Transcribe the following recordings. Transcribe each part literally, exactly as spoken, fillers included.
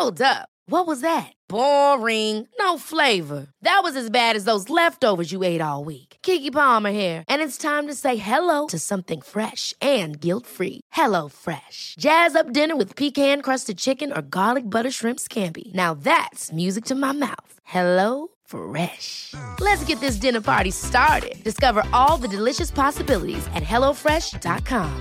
Hold up. What was that? Boring. No flavor. That was as bad as those leftovers you ate all week. Keke Palmer here, and it's time to say hello to something fresh and guilt-free. Hello Fresh. Jazz up dinner with pecan-crusted chicken or garlic butter shrimp scampi. Now that's music to my mouth. Hello Fresh. Let's get this dinner party started. Discover all the delicious possibilities at hello fresh dot com.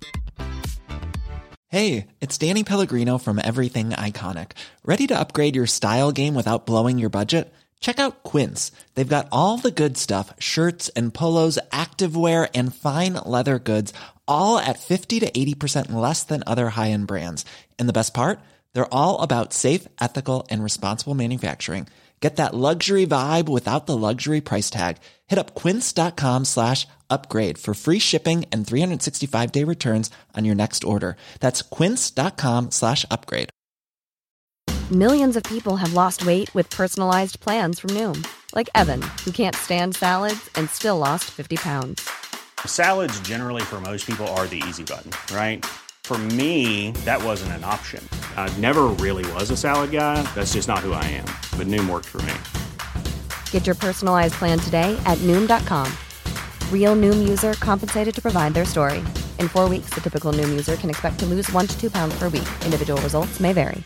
Hey, it's Danny Pellegrino from Everything Iconic. Ready to upgrade your style game without blowing your budget? Check out Quince. They've got all the good stuff, shirts and polos, activewear, and fine leather goods, all at fifty to eighty percent less than other high-end brands. And the best part? They're all about safe, ethical, and responsible manufacturing. Get that luxury vibe without the luxury price tag. Hit up quince.com slash upgrade for free shipping and three sixty-five day returns on your next order. That's quince.com slash upgrade. Millions of people have lost weight with personalized plans from Noom. Like Evan, who can't stand salads and still lost fifty pounds. Salads generally for most people are the easy button, right? For me, that wasn't an option. I never really was a salad guy. That's just not who I am. But Noom worked for me. Get your personalized plan today at Noom dot com. Real Noom user compensated to provide their story. In four weeks, the typical Noom user can expect to lose one to two pounds per week. Individual results may vary.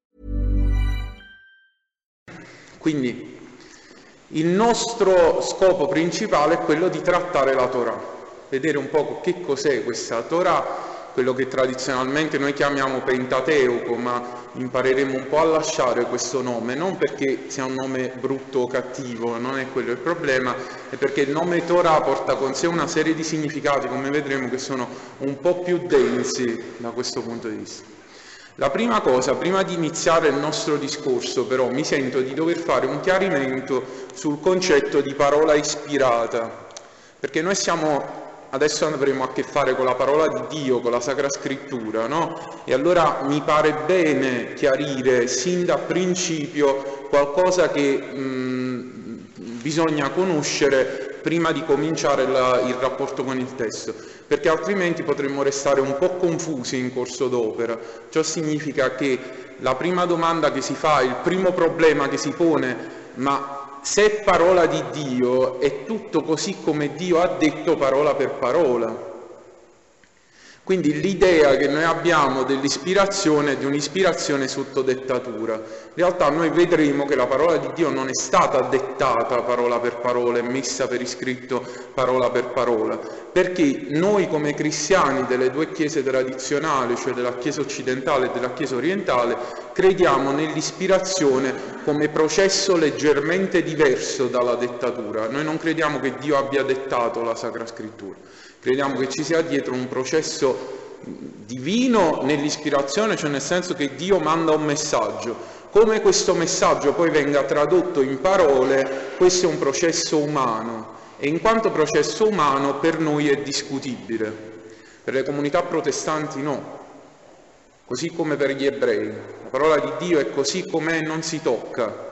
Quindi il nostro scopo principale è quello di trattare la Torah, vedere un po' che cos'è questa Torah, quello che tradizionalmente noi chiamiamo Pentateuco, ma impareremo un po' a lasciare questo nome, non perché sia un nome brutto o cattivo, non è quello il problema, è perché il nome Torah porta con sé una serie di significati, come vedremo, che sono un po' più densi da questo punto di vista. La prima cosa, prima di iniziare il nostro discorso, però, mi sento di dover fare un chiarimento sul concetto di parola ispirata, perché noi siamo... Adesso avremo a che fare con la parola di Dio, con la Sacra Scrittura, no? E allora mi pare bene chiarire sin da principio qualcosa che mh, bisogna conoscere prima di cominciare la, il rapporto con il testo, perché altrimenti potremmo restare un po' confusi in corso d'opera. Ciò significa che la prima domanda che si fa, il primo problema che si pone, ma se è parola di Dio, è tutto così come Dio ha detto parola per parola. Quindi l'idea che noi abbiamo dell'ispirazione è di un'ispirazione sotto dettatura. In realtà noi vedremo che la parola di Dio non è stata dettata parola per parola, è messa per iscritto parola per parola, perché noi come cristiani delle due chiese tradizionali, cioè della Chiesa occidentale e della Chiesa orientale, crediamo nell'ispirazione come processo leggermente diverso dalla dettatura. Noi non crediamo che Dio abbia dettato la Sacra Scrittura. Crediamo che ci sia dietro un processo divino nell'ispirazione, cioè nel senso che Dio manda un messaggio. Come questo messaggio poi venga tradotto in parole, questo è un processo umano e in quanto processo umano per noi è discutibile. Per le comunità protestanti no, così come per gli ebrei. La parola di Dio è così com'è, non si tocca.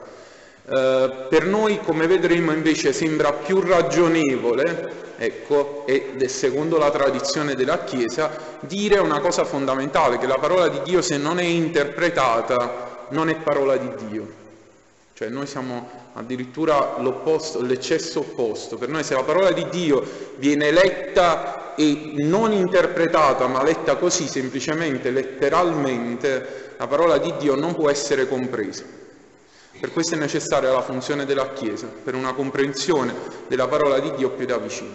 Uh, per noi, come vedremo, invece sembra più ragionevole, ecco, e secondo la tradizione della Chiesa, dire una cosa fondamentale, che la parola di Dio, se non è interpretata, non è parola di Dio. Cioè noi siamo addirittura l'opposto, l'eccesso opposto. Per noi se la parola di Dio viene letta e non interpretata, ma letta così, semplicemente, letteralmente, la parola di Dio non può essere compresa. Per questo è necessaria la funzione della Chiesa, per una comprensione della parola di Dio più da vicino.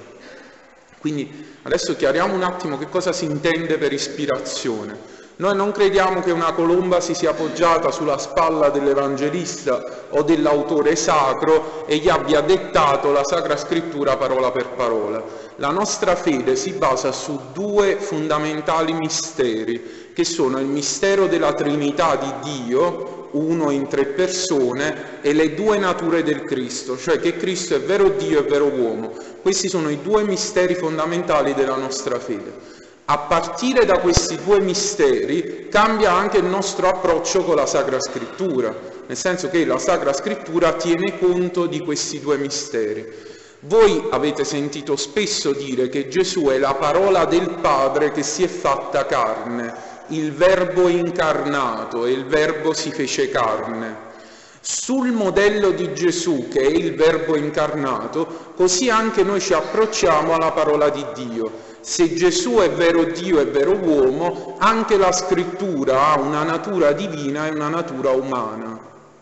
Quindi adesso chiariamo un attimo che cosa si intende per ispirazione. Noi non crediamo che una colomba si sia appoggiata sulla spalla dell'Evangelista o dell'autore sacro e gli abbia dettato la Sacra Scrittura parola per parola. La nostra fede si basa su due fondamentali misteri, che sono il mistero della Trinità di Dio, uno in tre persone, e le due nature del Cristo, cioè che Cristo è vero Dio e vero uomo. Questi sono i due misteri fondamentali della nostra fede. A partire da questi due misteri cambia anche il nostro approccio con la Sacra Scrittura, nel senso che la Sacra Scrittura tiene conto di questi due misteri. Voi avete sentito spesso dire che Gesù è la parola del Padre che si è fatta carne. il Verbo incarnato e il Verbo si fece carne. Sul modello di Gesù, che è il Verbo incarnato, così anche noi ci approcciamo alla parola di Dio. Se Gesù è vero Dio e vero uomo, anche la scrittura ha una natura divina e una natura umana,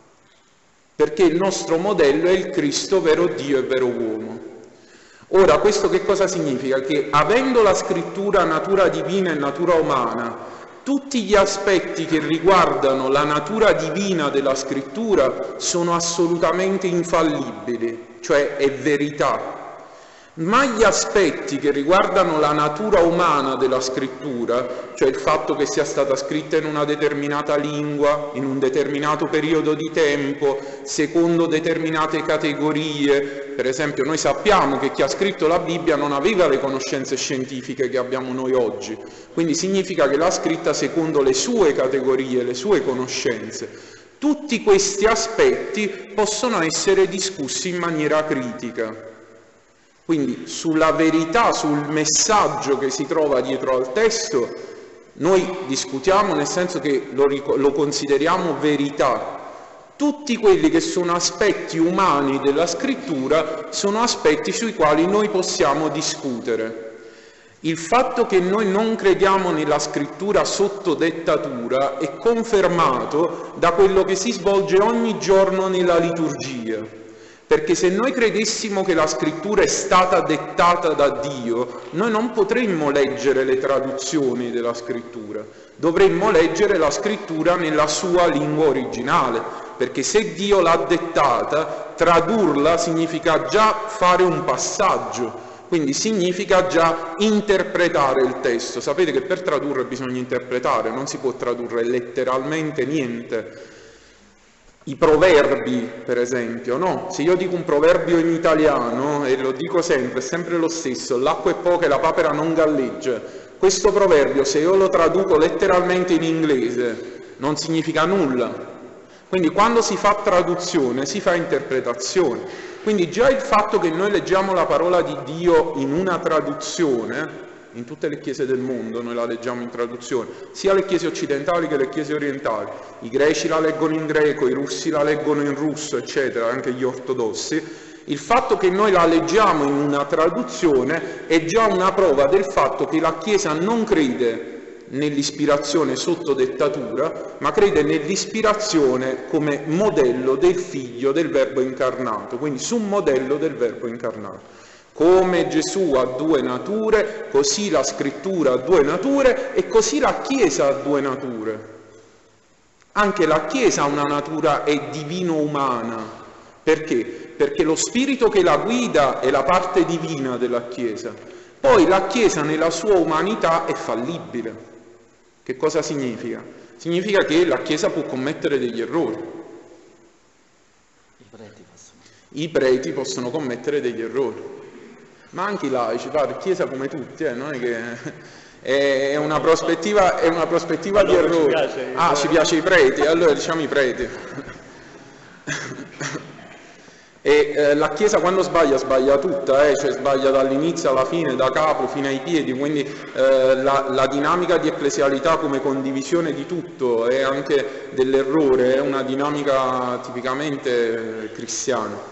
perché il nostro modello è il Cristo vero Dio e vero uomo. Ora, questo che cosa significa? Che avendo la scrittura natura divina e natura umana, tutti gli aspetti che riguardano la natura divina della scrittura sono assolutamente infallibili, cioè è verità. Ma gli aspetti che riguardano la natura umana della scrittura, cioè il fatto che sia stata scritta in una determinata lingua, in un determinato periodo di tempo, secondo determinate categorie, per esempio noi sappiamo che chi ha scritto la Bibbia non aveva le conoscenze scientifiche che abbiamo noi oggi, quindi significa che l'ha scritta secondo le sue categorie, le sue conoscenze. Tutti questi aspetti possono essere discussi in maniera critica. Quindi sulla verità, sul messaggio che si trova dietro al testo, noi discutiamo nel senso che lo, lo consideriamo verità. Tutti quelli che sono aspetti umani della scrittura sono aspetti sui quali noi possiamo discutere. Il fatto che noi non crediamo nella scrittura sotto dettatura è confermato da quello che si svolge ogni giorno nella liturgia. Perché se noi credessimo che la scrittura è stata dettata da Dio, noi non potremmo leggere le traduzioni della scrittura, dovremmo leggere la scrittura nella sua lingua originale, perché se Dio l'ha dettata, tradurla significa già fare un passaggio, quindi significa già interpretare il testo. Sapete che per tradurre bisogna interpretare, non si può tradurre letteralmente niente. I proverbi, per esempio, no? Se io dico un proverbio in italiano, e lo dico sempre, è sempre lo stesso, l'acqua è poca e la papera non galleggia. Questo proverbio, se io lo traduco letteralmente in inglese, non significa nulla. Quindi quando si fa traduzione, si fa interpretazione. Quindi già il fatto che noi leggiamo la parola di Dio in una traduzione, in tutte le chiese del mondo noi la leggiamo in traduzione, sia le chiese occidentali che le chiese orientali, i greci la leggono in greco, i russi la leggono in russo, eccetera, anche gli ortodossi. Il fatto che noi la leggiamo in una traduzione è già una prova del fatto che la Chiesa non crede nell'ispirazione sotto dettatura, ma crede nell'ispirazione come modello del Figlio del Verbo incarnato, quindi su un modello del Verbo incarnato. Come Gesù ha due nature, così la scrittura ha due nature e così la Chiesa ha due nature. Anche la Chiesa ha una natura è divino-umana. Perché? Perché lo spirito che la guida è la parte divina della Chiesa. Poi la Chiesa nella sua umanità è fallibile. Che cosa significa? Significa che la Chiesa può commettere degli errori. I preti possono, I preti possono commettere degli errori. Ma anche i laici, padre, Chiesa come tutti, eh, non è che è una prospettiva, è una prospettiva di errore. Ci piace, ah, eh. ci piace i preti, allora diciamo i preti. E eh, la Chiesa quando sbaglia, sbaglia tutta, eh, cioè sbaglia dall'inizio alla fine, da capo fino ai piedi, quindi eh, la, la dinamica di ecclesialità come condivisione di tutto è anche dell'errore, è una dinamica tipicamente eh, cristiana.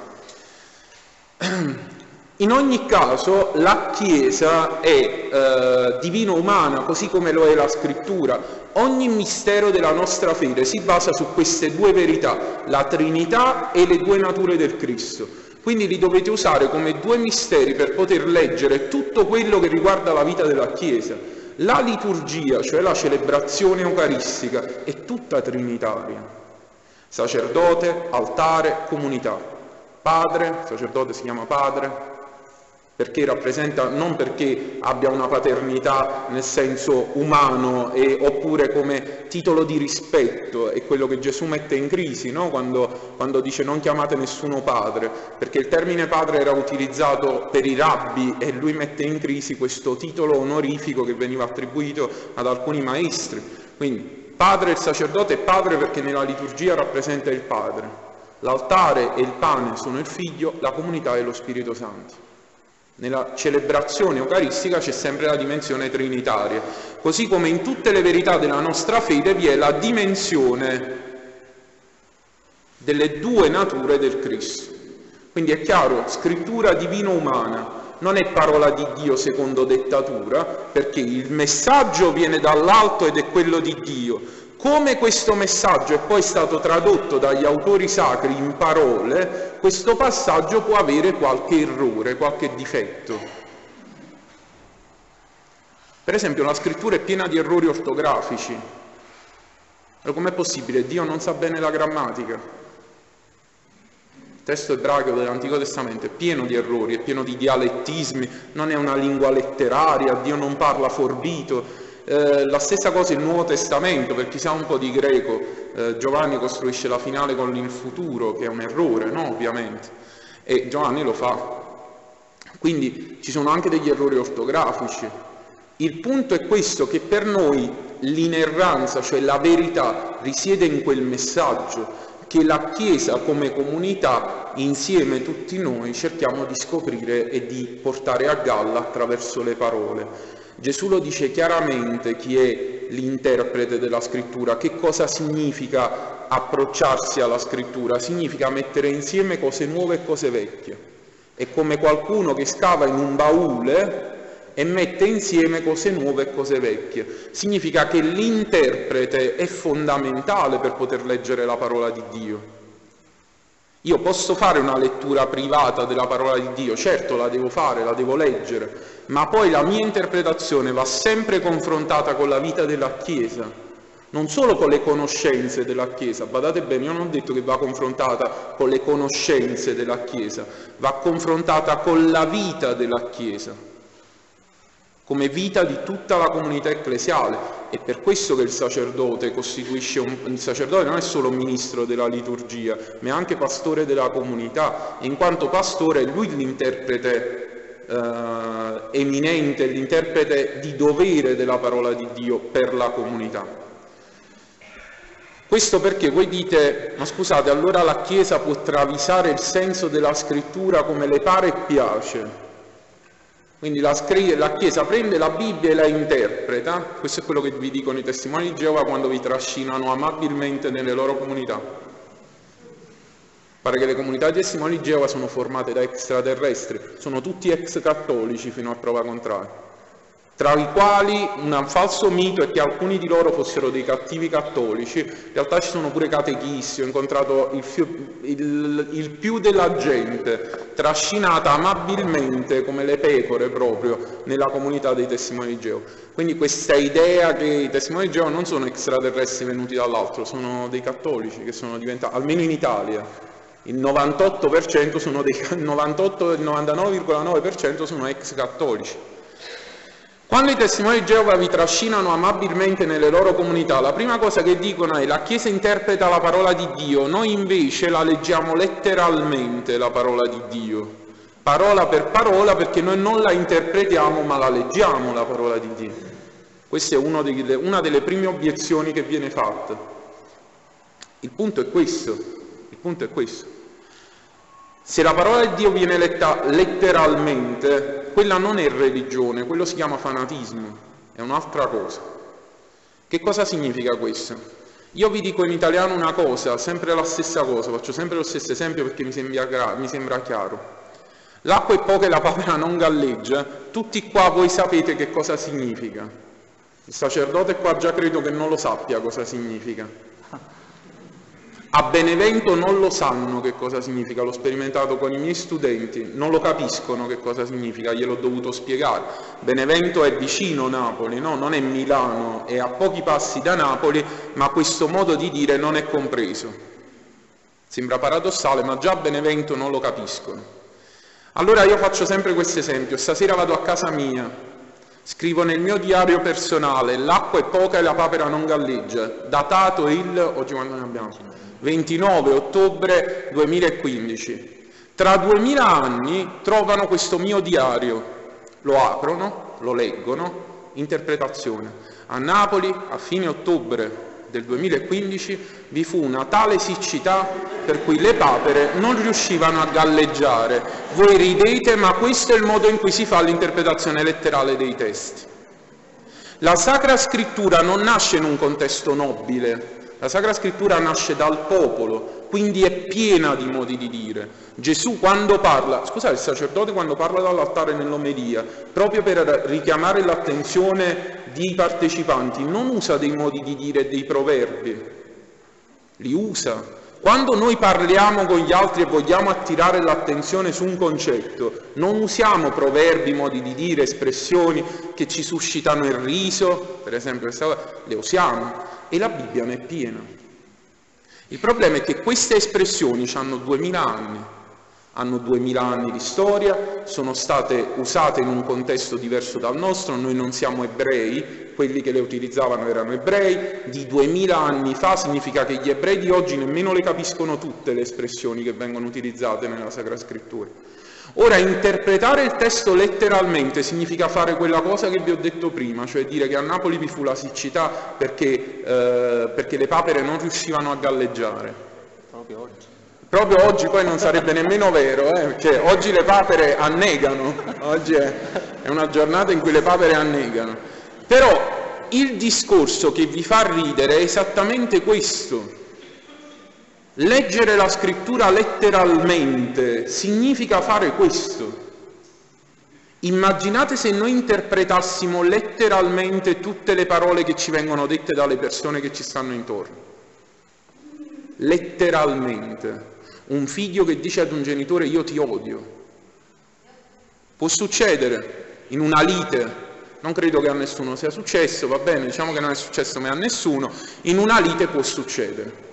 In ogni caso la Chiesa è eh, divino-umana, così come lo è la Scrittura. Ogni mistero della nostra fede si basa su queste due verità, la Trinità e le due nature del Cristo. Quindi li dovete usare come due misteri per poter leggere tutto quello che riguarda la vita della Chiesa. La liturgia, cioè la celebrazione eucaristica, è tutta trinitaria. Sacerdote, altare, comunità. Padre, il sacerdote si chiama padre, perché rappresenta, non perché abbia una paternità nel senso umano e, oppure come titolo di rispetto, è quello che Gesù mette in crisi, no? quando, quando dice non chiamate nessuno padre, perché il termine padre era utilizzato per i rabbi e lui mette in crisi questo titolo onorifico che veniva attribuito ad alcuni maestri. Quindi padre, il sacerdote è padre perché nella liturgia rappresenta il padre, l'altare e il pane sono il figlio, la comunità è lo Spirito Santo. Nella celebrazione eucaristica c'è sempre la dimensione trinitaria, così come in tutte le verità della nostra fede vi è la dimensione delle due nature del Cristo. Quindi è chiaro, scrittura divino-umana, non è parola di Dio secondo dettatura, perché il messaggio viene dall'alto ed è quello di Dio. Come questo messaggio è poi stato tradotto dagli autori sacri in parole, questo passaggio può avere qualche errore, qualche difetto. Per esempio, la scrittura è piena di errori ortografici. Allora, com'è possibile? Dio non sa bene la grammatica. Il testo ebraico dell'Antico Testamento è pieno di errori, è pieno di dialettismi, non è una lingua letteraria, Dio non parla forbito. Eh, la stessa cosa il Nuovo Testamento, per chi sa un po' di greco, eh, Giovanni costruisce la finale con il futuro, che è un errore, no? Ovviamente, e Giovanni lo fa. Quindi ci sono anche degli errori ortografici. Il punto è questo, che per noi l'inerranza, cioè la verità, risiede in quel messaggio che la Chiesa come comunità, insieme tutti noi, cerchiamo di scoprire e di portare a galla attraverso le parole. Gesù lo dice chiaramente chi è l'interprete della scrittura, che cosa significa approcciarsi alla scrittura, significa mettere insieme cose nuove e cose vecchie. È come qualcuno che scava in un baule e mette insieme cose nuove e cose vecchie. Significa che l'interprete è fondamentale per poter leggere la parola di Dio. Io posso fare una lettura privata della parola di Dio, certo la devo fare, la devo leggere, ma poi la mia interpretazione va sempre confrontata con la vita della Chiesa, non solo con le conoscenze della Chiesa. Badate bene, io non ho detto che va confrontata con le conoscenze della Chiesa, va confrontata con la vita della Chiesa, come vita di tutta la comunità ecclesiale. È per questo che il sacerdote costituisce un... il sacerdote non è solo ministro della liturgia, ma è anche pastore della comunità, e in quanto pastore è lui l'interprete eh, eminente, l'interprete di dovere della parola di Dio per la comunità. Questo perché voi dite, ma scusate, allora la Chiesa può travisare il senso della scrittura come le pare e piace. Quindi la, la Chiesa prende la Bibbia e la interpreta. Questo è quello che vi dicono i testimoni di Geova quando vi trascinano amabilmente nelle loro comunità. Pare che le comunità di testimoni di Geova sono formate da extraterrestri, sono tutti ex cattolici fino a prova contraria, tra i quali un falso mito è che alcuni di loro fossero dei cattivi cattolici. In realtà ci sono pure catechisti, ho incontrato il, il, il più della gente trascinata amabilmente come le pecore proprio nella comunità dei testimoni di Geova. Quindi questa idea che i testimoni di Geova non sono extraterrestri venuti dall'altro, sono dei cattolici che sono diventati, almeno in Italia, il novantotto per cento sono dei novantotto, il novantanove virgola nove per cento sono ex cattolici. Quando i testimoni di Geova vi trascinano amabilmente nelle loro comunità, la prima cosa che dicono è: la Chiesa interpreta la parola di Dio, noi invece la leggiamo letteralmente la parola di Dio, parola per parola, perché noi non la interpretiamo ma la leggiamo la parola di Dio. Questa è uno dei, una delle prime obiezioni che viene fatta. Il punto è questo, il punto è questo. Se la parola di Dio viene letta letteralmente, quella non è religione, quello si chiama fanatismo, è un'altra cosa. Che cosa significa questo? Io vi dico in italiano una cosa, sempre la stessa cosa, faccio sempre lo stesso esempio perché mi sembra, mi sembra chiaro. L'acqua è poca e la papera non galleggia, tutti qua voi sapete che cosa significa. Il sacerdote qua già credo che non lo sappia cosa significa. A Benevento non lo sanno che cosa significa, l'ho sperimentato con i miei studenti, non lo capiscono che cosa significa, gliel'ho dovuto spiegare. Benevento è vicino Napoli, no? Non è Milano, è a pochi passi da Napoli, ma questo modo di dire non è compreso. Sembra paradossale, ma già a Benevento non lo capiscono. Allora io faccio sempre questo esempio: stasera vado a casa mia, scrivo nel mio diario personale: l'acqua è poca e la papera non galleggia, datato il, oggi quando ne abbiamo? ventinove ottobre duemilaquindici. Tra duemila anni trovano questo mio diario, lo aprono, lo leggono, interpretazione. A Napoli a fine ottobre del duemilaquindici vi fu una tale siccità per cui le papere non riuscivano a galleggiare. Voi ridete, ma questo è il modo in cui si fa l'interpretazione letterale dei testi. La Sacra Scrittura non nasce in un contesto nobile, la Sacra Scrittura nasce dal popolo, quindi è piena di modi di dire. Gesù quando parla, scusate, il sacerdote quando parla dall'altare nell'omelia, proprio per richiamare l'attenzione dei partecipanti, non usa dei modi di dire e dei proverbi, li usa. Quando noi parliamo con gli altri e vogliamo attirare l'attenzione su un concetto, non usiamo proverbi, modi di dire, espressioni che ci suscitano il riso, per esempio, questa cosa, le usiamo. E la Bibbia ne è piena. Il problema è che queste espressioni hanno duemila anni, hanno duemila anni di storia, sono state usate in un contesto diverso dal nostro, noi non siamo ebrei, quelli che le utilizzavano erano ebrei, di duemila anni fa significa che gli ebrei di oggi nemmeno le capiscono tutte le espressioni che vengono utilizzate nella Sacra Scrittura. Ora, interpretare il testo letteralmente significa fare quella cosa che vi ho detto prima, cioè dire che a Napoli vi fu la siccità perché, eh, perché le papere non riuscivano a galleggiare. Proprio oggi. Proprio oggi poi non sarebbe nemmeno vero, eh, perché oggi le papere annegano, oggi è, è una giornata in cui le papere annegano. Però il discorso che vi fa ridere è esattamente questo. Leggere la scrittura letteralmente significa fare questo. Immaginate se noi interpretassimo letteralmente tutte le parole che ci vengono dette dalle persone che ci stanno intorno. Letteralmente. Un figlio che dice ad un genitore io ti odio. Può succedere in una lite, non credo che a nessuno sia successo, va bene, diciamo che non è successo mai a nessuno, in una lite può succedere.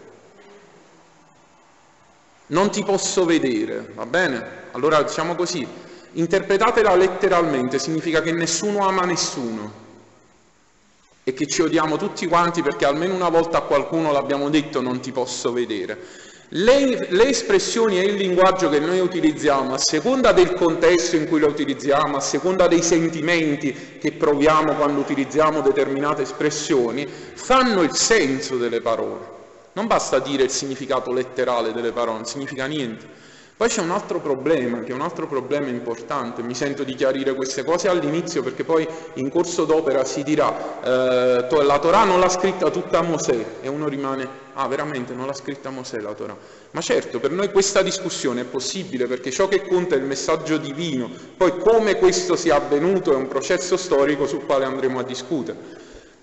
Non ti posso vedere, va bene? Allora diciamo così, interpretatela letteralmente, significa che nessuno ama nessuno e che ci odiamo tutti quanti perché almeno una volta a qualcuno l'abbiamo detto non ti posso vedere. Le, le espressioni e il linguaggio che noi utilizziamo, a seconda del contesto in cui lo utilizziamo, a seconda dei sentimenti che proviamo quando utilizziamo determinate espressioni, fanno il senso delle parole. Non basta dire il significato letterale delle parole, non significa niente. Poi c'è un altro problema, che è un altro problema importante, mi sento di chiarire queste cose all'inizio perché poi in corso d'opera si dirà eh, la Torah non l'ha scritta tutta Mosè e uno rimane, ah veramente non l'ha scritta Mosè la Torah? Ma certo, per noi questa discussione è possibile perché ciò che conta è il messaggio divino, poi come questo sia avvenuto è un processo storico sul quale andremo a discutere.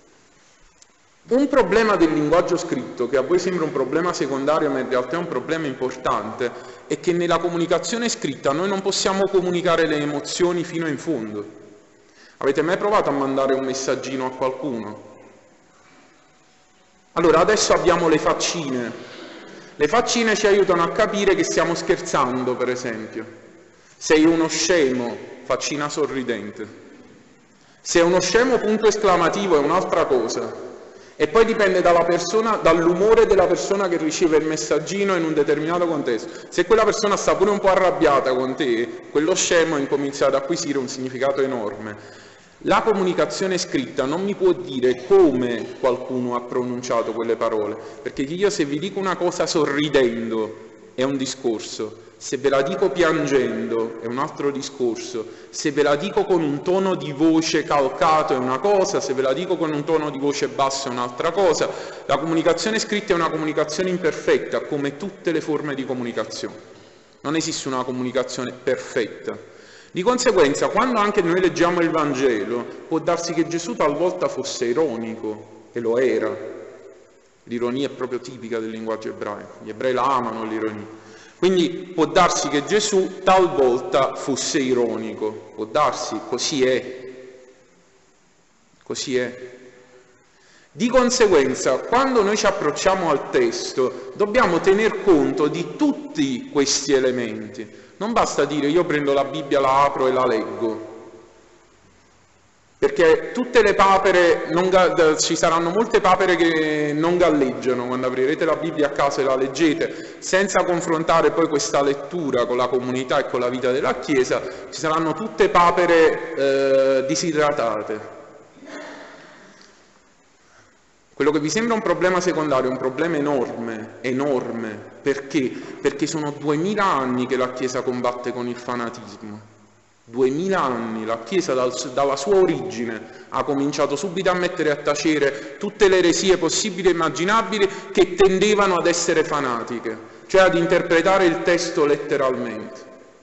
Un problema del linguaggio scritto, che a voi sembra un problema secondario ma in realtà è un problema importante, è che nella comunicazione scritta noi non possiamo comunicare le emozioni fino in fondo. Avete mai provato a mandare un messaggino a qualcuno? Allora, adesso abbiamo le faccine. Le faccine ci aiutano a capire che stiamo scherzando, per esempio. Sei uno scemo, faccina sorridente. Se è uno scemo punto esclamativo è un'altra cosa. E poi dipende dalla persona, dall'umore della persona che riceve il messaggino in un determinato contesto. Se quella persona sta pure un po' arrabbiata con te, quello scemo incomincia ad acquisire un significato enorme. La comunicazione scritta non mi può dire come qualcuno ha pronunciato quelle parole, perché io se vi dico una cosa sorridendo è un discorso, se ve la dico piangendo è un altro discorso, se ve la dico con un tono di voce calcato è una cosa, se ve la dico con un tono di voce basso è un'altra cosa. La comunicazione scritta è una comunicazione imperfetta, come tutte le forme di comunicazione. Non esiste una comunicazione perfetta. Di conseguenza, quando anche noi leggiamo il Vangelo, può darsi che Gesù talvolta fosse ironico, e lo era. L'ironia è proprio tipica del linguaggio ebraico, gli ebrei la amano l'ironia. Quindi può darsi che Gesù talvolta fosse ironico, può darsi, così è, così è. Di conseguenza, quando noi ci approcciamo al testo, dobbiamo tener conto di tutti questi elementi. Non basta dire io prendo la Bibbia, la apro e la leggo. Perché tutte le papere, non ga- ci saranno molte papere che non galleggiano quando aprirete la Bibbia a casa e la leggete, senza confrontare poi questa lettura con la comunità e con la vita della Chiesa, ci saranno tutte papere eh, disidratate. Quello che vi sembra un problema secondario è un problema enorme, enorme. Perché? Perché sono duemila anni che la Chiesa combatte con il fanatismo. Duemila anni, la Chiesa dal, dalla sua origine ha cominciato subito a mettere a tacere tutte le eresie possibili e immaginabili che tendevano ad essere fanatiche, cioè ad interpretare il testo letteralmente,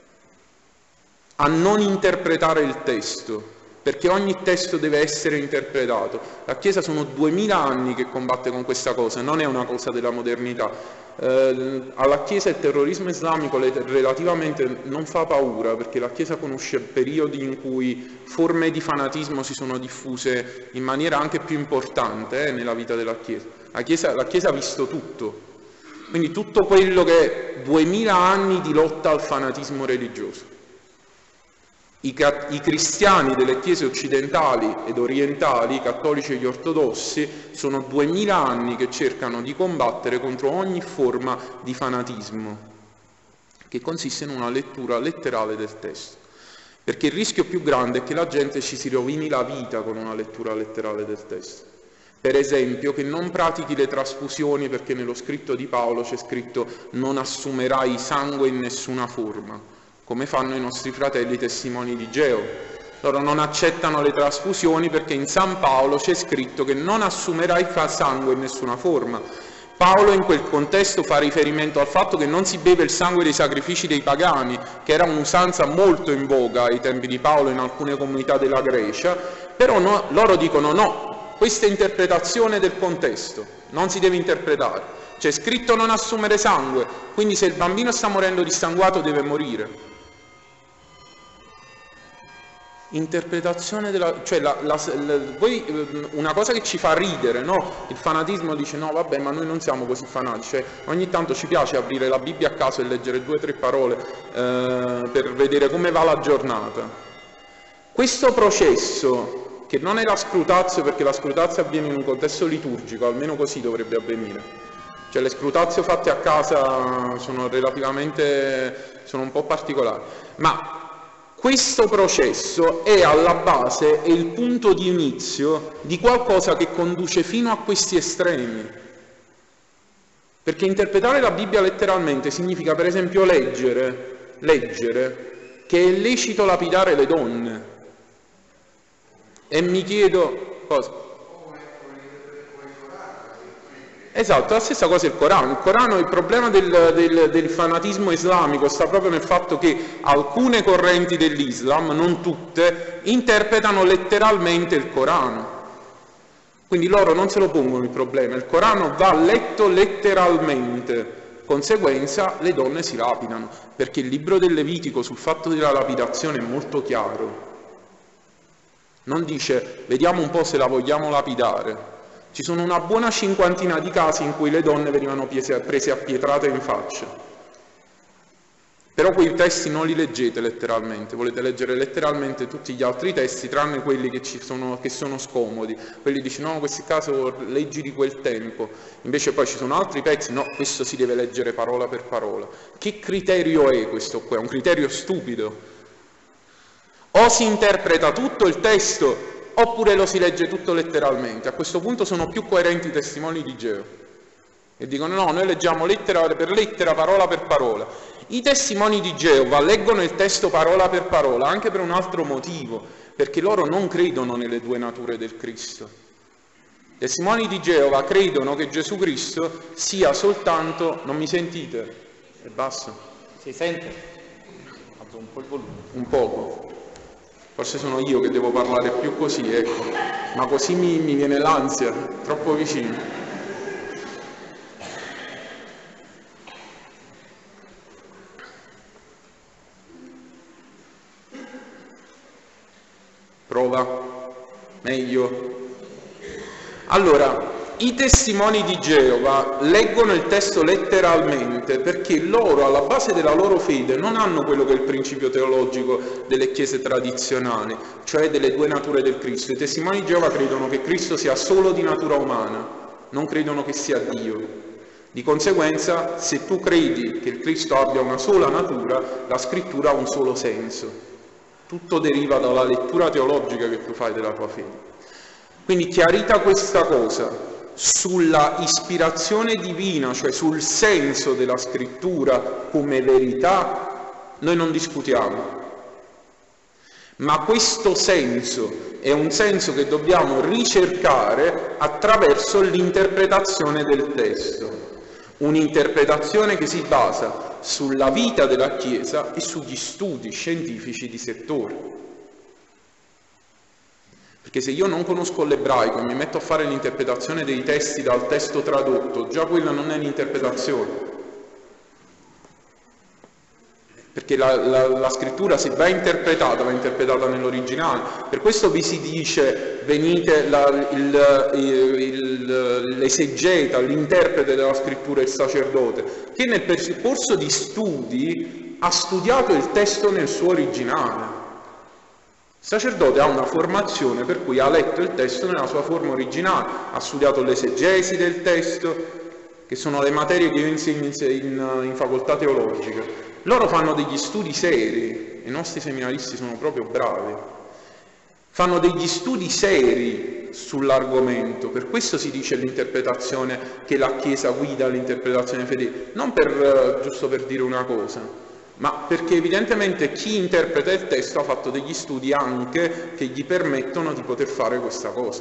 a non interpretare il testo, perché ogni testo deve essere interpretato. La Chiesa sono duemila anni che combatte con questa cosa, non è una cosa della modernità. Eh, alla Chiesa il terrorismo islamico relativamente non fa paura, perché la Chiesa conosce periodi in cui forme di fanatismo si sono diffuse in maniera anche più importante eh, nella vita della Chiesa. La Chiesa. La Chiesa ha visto tutto, quindi tutto quello che è duemila anni di lotta al fanatismo religioso. I, I cristiani delle chiese occidentali ed orientali, i cattolici e gli ortodossi, sono duemila anni che cercano di combattere contro ogni forma di fanatismo, che consiste in una lettura letterale del testo. Perché il rischio più grande è che la gente ci si rovini la vita con una lettura letterale del testo. Per esempio, che non pratichi le trasfusioni, perché nello scritto di Paolo c'è scritto «non assumerai sangue in nessuna forma», come fanno i nostri fratelli testimoni di Geo. Loro non accettano le trasfusioni perché in San Paolo c'è scritto che non assumerai sangue in nessuna forma. Paolo in quel contesto fa riferimento al fatto che non si beve il sangue dei sacrifici dei pagani, che era un'usanza molto in voga ai tempi di Paolo in alcune comunità della Grecia, però no, loro dicono no, questa è interpretazione del contesto, non si deve interpretare. C'è scritto non assumere sangue, quindi se il bambino sta morendo dissanguato deve morire. Interpretazione della, cioè la, la, la, poi una cosa che ci fa ridere, no? Il fanatismo dice no vabbè, ma noi non siamo così fanatici, cioè, ogni tanto ci piace aprire la Bibbia a caso e leggere due o tre parole eh, per vedere come va la giornata. Questo processo, che non è la scrutazio, perché la scrutazio avviene in un contesto liturgico, almeno così dovrebbe avvenire, cioè le scrutazio fatte a casa sono relativamente, sono un po' particolari, ma questo processo è alla base, è il punto di inizio di qualcosa che conduce fino a questi estremi. Perché interpretare la Bibbia letteralmente significa per esempio leggere, leggere che è lecito lapidare le donne. E mi chiedo cosa? Esatto, la stessa cosa è il Corano. Il Corano, il problema del, del, del fanatismo islamico sta proprio nel fatto che alcune correnti dell'Islam, non tutte, interpretano letteralmente il Corano. Quindi loro non se lo pongono il problema, il Corano va letto letteralmente, conseguenza le donne si lapidano, perché il libro del Levitico sul fatto della lapidazione è molto chiaro. Non dice vediamo un po' se la vogliamo lapidare. Ci sono una buona cinquantina di casi in cui le donne venivano prese a pietrate in faccia. Però quei testi non li leggete letteralmente, volete leggere letteralmente tutti gli altri testi, tranne quelli che, ci sono, che sono scomodi. Quelli dicono no, in questo caso leggi di quel tempo. Invece poi ci sono altri pezzi, no, questo si deve leggere parola per parola. Che criterio è questo qua? È un criterio stupido. O si interpreta tutto il testo, oppure lo si legge tutto letteralmente. A questo punto sono più coerenti i testimoni di Geo, e dicono no, noi leggiamo lettera per lettera, parola per parola. I testimoni di Geova leggono il testo parola per parola anche per un altro motivo, perché loro non credono nelle due nature del Cristo. I testimoni di Geova credono che Gesù Cristo sia soltanto, non mi sentite? È basso? Si sente? Alzo un po' il volume. Un poco. Forse sono io che devo parlare più così, ecco, ma così mi, mi viene l'ansia, troppo vicino. Prova? Meglio? Allora, i testimoni di Geova leggono il testo letteralmente perché loro, alla base della loro fede, non hanno quello che è il principio teologico delle chiese tradizionali, cioè delle due nature del Cristo. I testimoni di Geova credono che Cristo sia solo di natura umana, non credono che sia Dio. Di conseguenza, se tu credi che il Cristo abbia una sola natura, la scrittura ha un solo senso. Tutto deriva dalla lettura teologica che tu fai della tua fede. Quindi, chiarita questa cosa, sulla ispirazione divina, cioè sul senso della scrittura come verità, noi non discutiamo. Ma questo senso è un senso che dobbiamo ricercare attraverso l'interpretazione del testo. Un'interpretazione che si basa sulla vita della Chiesa e sugli studi scientifici di settore. Perché se io non conosco l'ebraico e mi metto a fare l'interpretazione dei testi dal testo tradotto, già quella non è un'interpretazione. Perché la, la, la scrittura, se va interpretata, va interpretata nell'originale. Per questo vi si dice, venite, la, il, il, il, l'esegeta, l'interprete della scrittura, il sacerdote, che nel percorso di studi ha studiato il testo nel suo originale. Il sacerdote ha una formazione per cui ha letto il testo nella sua forma originale, ha studiato l'esegesi del testo, che sono le materie che io insegno in, in facoltà teologiche. Loro fanno degli studi seri, i nostri seminaristi sono proprio bravi, fanno degli studi seri sull'argomento, per questo si dice l'interpretazione che la Chiesa guida l'interpretazione fedele, non per, giusto per dire una cosa, ma perché evidentemente chi interpreta il testo ha fatto degli studi anche che gli permettono di poter fare questa cosa.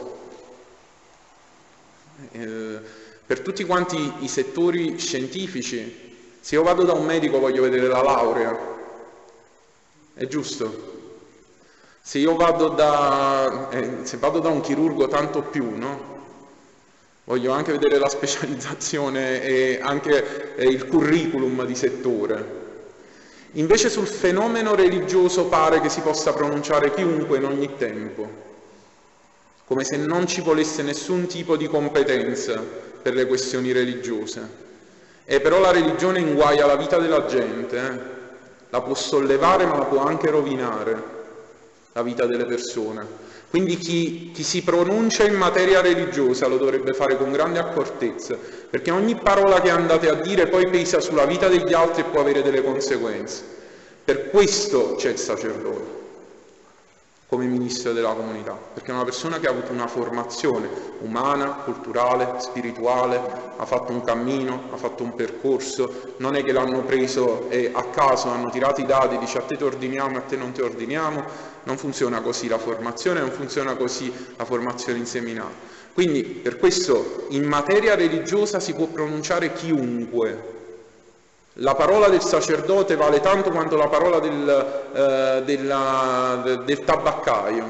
Eh, per tutti quanti i settori scientifici, se io vado da un medico voglio vedere la laurea, è giusto? Se io vado da, eh, se vado da un chirurgo tanto più, no? Voglio anche vedere la specializzazione e anche eh, il curriculum di settore. Invece sul fenomeno religioso pare che si possa pronunciare chiunque in ogni tempo, come se non ci volesse nessun tipo di competenza per le questioni religiose. E però la religione inguaia la vita della gente, eh? La può sollevare ma la può anche rovinare, la vita delle persone. Quindi chi, chi si pronuncia in materia religiosa lo dovrebbe fare con grande accortezza, perché ogni parola che andate a dire poi pesa sulla vita degli altri e può avere delle conseguenze. Per questo c'è il sacerdote come ministro della comunità, perché è una persona che ha avuto una formazione umana, culturale, spirituale, ha fatto un cammino, ha fatto un percorso, non è che l'hanno preso e a caso hanno tirato i dati, dice a te ti ordiniamo e a te non ti ordiniamo, non funziona così la formazione, non funziona così la formazione in seminario. Quindi per questo in materia religiosa si può pronunciare chiunque. La parola del sacerdote vale tanto quanto la parola del, eh, della, del tabaccaio.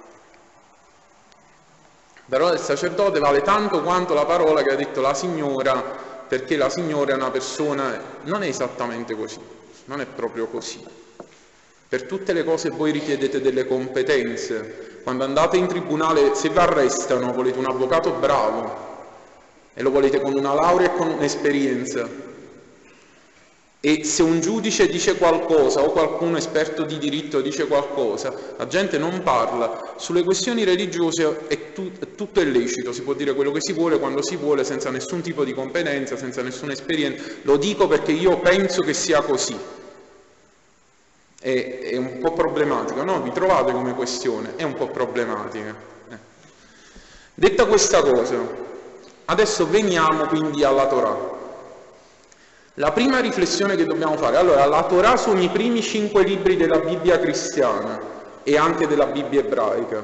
La parola del sacerdote vale tanto quanto la parola che ha detto la signora, perché la signora è una persona, non è esattamente così, non è proprio così. Per tutte le cose voi richiedete delle competenze. Quando andate in tribunale, se vi arrestano, volete un avvocato bravo e lo volete con una laurea e con un'esperienza. E se un giudice dice qualcosa o qualcuno esperto di diritto dice qualcosa, la gente non parla. Sulle questioni religiose è, tu, è tutto è lecito, si può dire quello che si vuole, quando si vuole, senza nessun tipo di competenza, senza nessuna esperienza. Lo dico perché io penso che sia così. È, è un po' problematica, no? Vi trovate come questione? È un po' problematica. Eh. Detta questa cosa, adesso veniamo quindi alla Torah. La prima riflessione che dobbiamo fare, allora, la Torah sono i primi cinque libri della Bibbia cristiana e anche della Bibbia ebraica.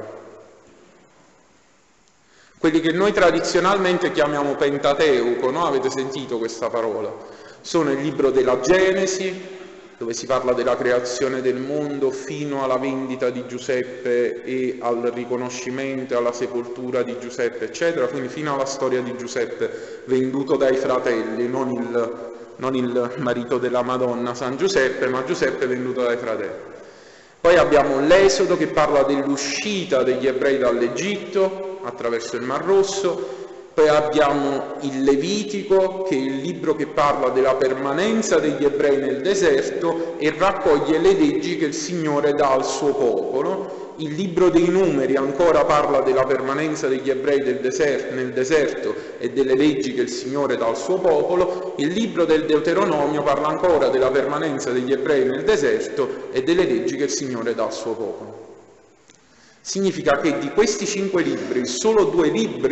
Quelli che noi tradizionalmente chiamiamo Pentateuco, no? Avete sentito questa parola? Sono il libro della Genesi, dove si parla della creazione del mondo fino alla vendita di Giuseppe e al riconoscimento e alla sepoltura di Giuseppe, eccetera, quindi fino alla storia di Giuseppe venduto dai fratelli, non il... non il marito della Madonna, San Giuseppe, ma Giuseppe venduto dai fratelli. Poi abbiamo l'Esodo che parla dell'uscita degli ebrei dall'Egitto attraverso il Mar Rosso, poi abbiamo il Levitico che è il libro che parla della permanenza degli ebrei nel deserto e raccoglie le leggi che il Signore dà al suo popolo. Il libro dei Numeri ancora parla della permanenza degli ebrei del deserto, nel deserto e delle leggi che il Signore dà al suo popolo. Il libro del Deuteronomio parla ancora della permanenza degli ebrei nel deserto e delle leggi che il Signore dà al suo popolo. Significa che di questi cinque libri, solo due libri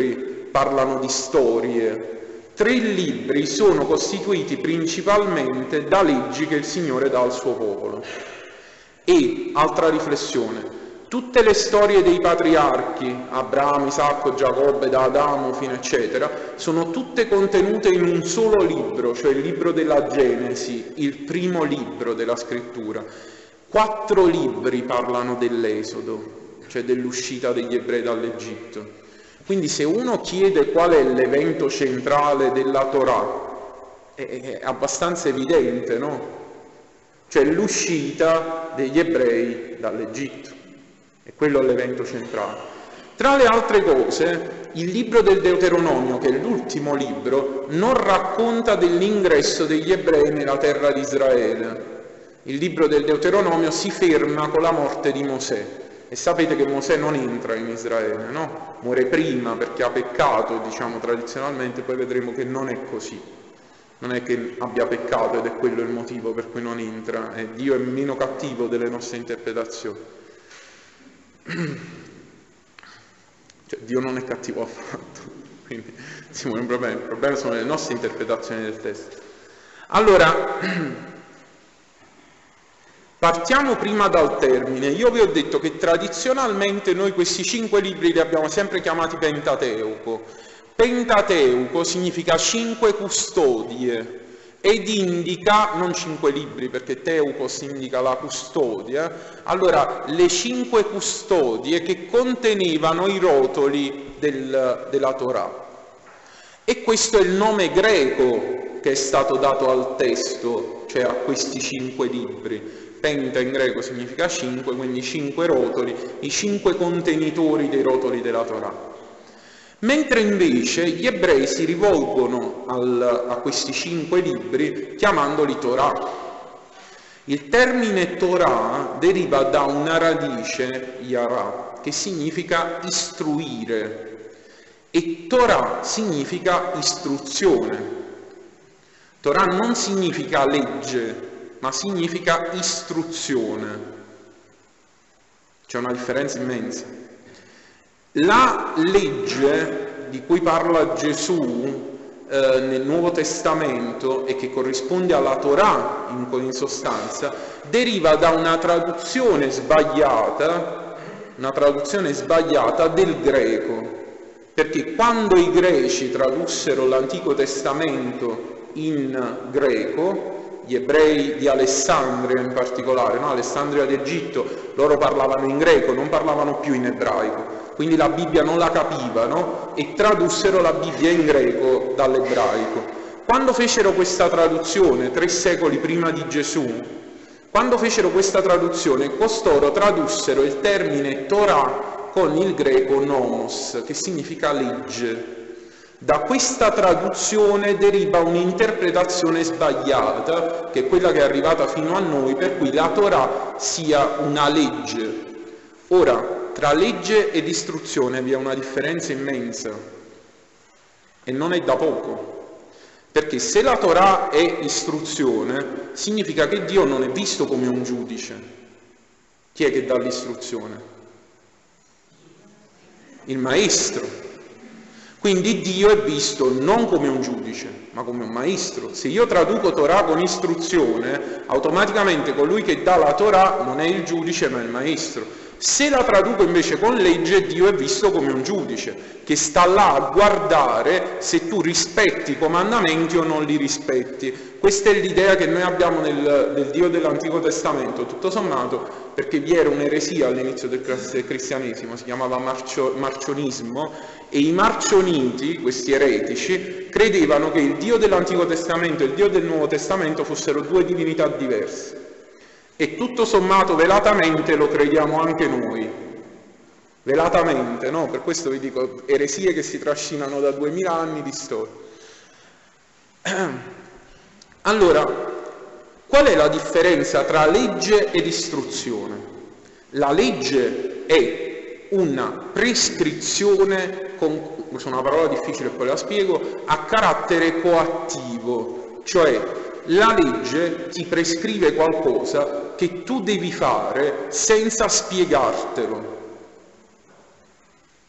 parlano di storie. Tre libri sono costituiti principalmente da leggi che il Signore dà al suo popolo. E, altra riflessione, tutte le storie dei patriarchi, Abramo, Isacco, Giacobbe, da Adamo fino eccetera, sono tutte contenute in un solo libro, cioè il libro della Genesi, il primo libro della scrittura. Quattro libri parlano dell'Esodo, cioè dell'uscita degli ebrei dall'Egitto. Quindi se uno chiede qual è l'evento centrale della Torah, è abbastanza evidente, no? Cioè l'uscita degli ebrei dall'Egitto, e quello è l'evento centrale. Tra le altre cose, il libro del Deuteronomio, che è l'ultimo libro, non racconta dell'ingresso degli ebrei nella terra di Israele. Il libro del Deuteronomio si ferma con la morte di Mosè. E sapete che Mosè non entra in Israele, no? Muore prima perché ha peccato, diciamo tradizionalmente, poi vedremo che non è così. Non è che abbia peccato ed è quello il motivo per cui non entra, e Dio è meno cattivo delle nostre interpretazioni. Cioè, Dio non è cattivo affatto, quindi siamo in un problema. Il problema sono le nostre interpretazioni del testo. Allora, partiamo prima dal termine. Io vi ho detto che tradizionalmente noi questi cinque libri li abbiamo sempre chiamati Pentateuco. Pentateuco significa cinque custodie ed indica, non cinque libri perché Teucos indica la custodia, allora le cinque custodie che contenevano i rotoli del, della Torah. E questo è il nome greco che è stato dato al testo, cioè a questi cinque libri. Penta in greco significa cinque, quindi cinque rotoli, i cinque contenitori dei rotoli della Torah. Mentre invece gli ebrei si rivolgono al, a questi cinque libri chiamandoli Torah. Il termine Torah deriva da una radice, yara, che significa istruire, e Torah significa istruzione. Torah non significa legge, ma significa istruzione. C'è una differenza immensa. La legge di cui parla Gesù eh, nel Nuovo Testamento e che corrisponde alla Torah in, in sostanza, deriva da una traduzione sbagliata, una traduzione sbagliata del greco, perché quando i greci tradussero l'Antico Testamento in greco, gli ebrei di Alessandria in particolare, no? Alessandria d'Egitto, loro parlavano in greco, non parlavano più in ebraico, quindi la Bibbia non la capivano e tradussero la Bibbia in greco dall'ebraico. Quando fecero questa traduzione, tre secoli prima di Gesù, quando fecero questa traduzione, costoro tradussero il termine Torah con il greco nomos, che significa legge. Da questa traduzione deriva un'interpretazione sbagliata, che è quella che è arrivata fino a noi, per cui la Torah sia una legge. Ora, tra legge ed istruzione vi è una differenza immensa, e non è da poco, perché se la Torah è istruzione, significa che Dio non è visto come un giudice. Chi è che dà l'istruzione? Il maestro. Quindi Dio è visto non come un giudice, ma come un maestro. Se io traduco Torah con istruzione, automaticamente colui che dà la Torah non è il giudice, ma il maestro. Se la traduco invece con legge, Dio è visto come un giudice, che sta là a guardare se tu rispetti i comandamenti o non li rispetti. Questa è l'idea che noi abbiamo nel, del Dio dell'Antico Testamento, tutto sommato, perché vi era un'eresia all'inizio del cristianesimo, si chiamava marcio, marcionismo, e i marcioniti, questi eretici, credevano che il Dio dell'Antico Testamento e il Dio del Nuovo Testamento fossero due divinità diverse. E tutto sommato, velatamente, lo crediamo anche noi. Velatamente, no? Per questo vi dico, eresie che si trascinano da duemila anni di storia. Allora, qual è la differenza tra legge ed istruzione? La legge è una prescrizione, con, è una parola difficile poi la spiego, a carattere coattivo, cioè la legge ti prescrive qualcosa che tu devi fare senza spiegartelo.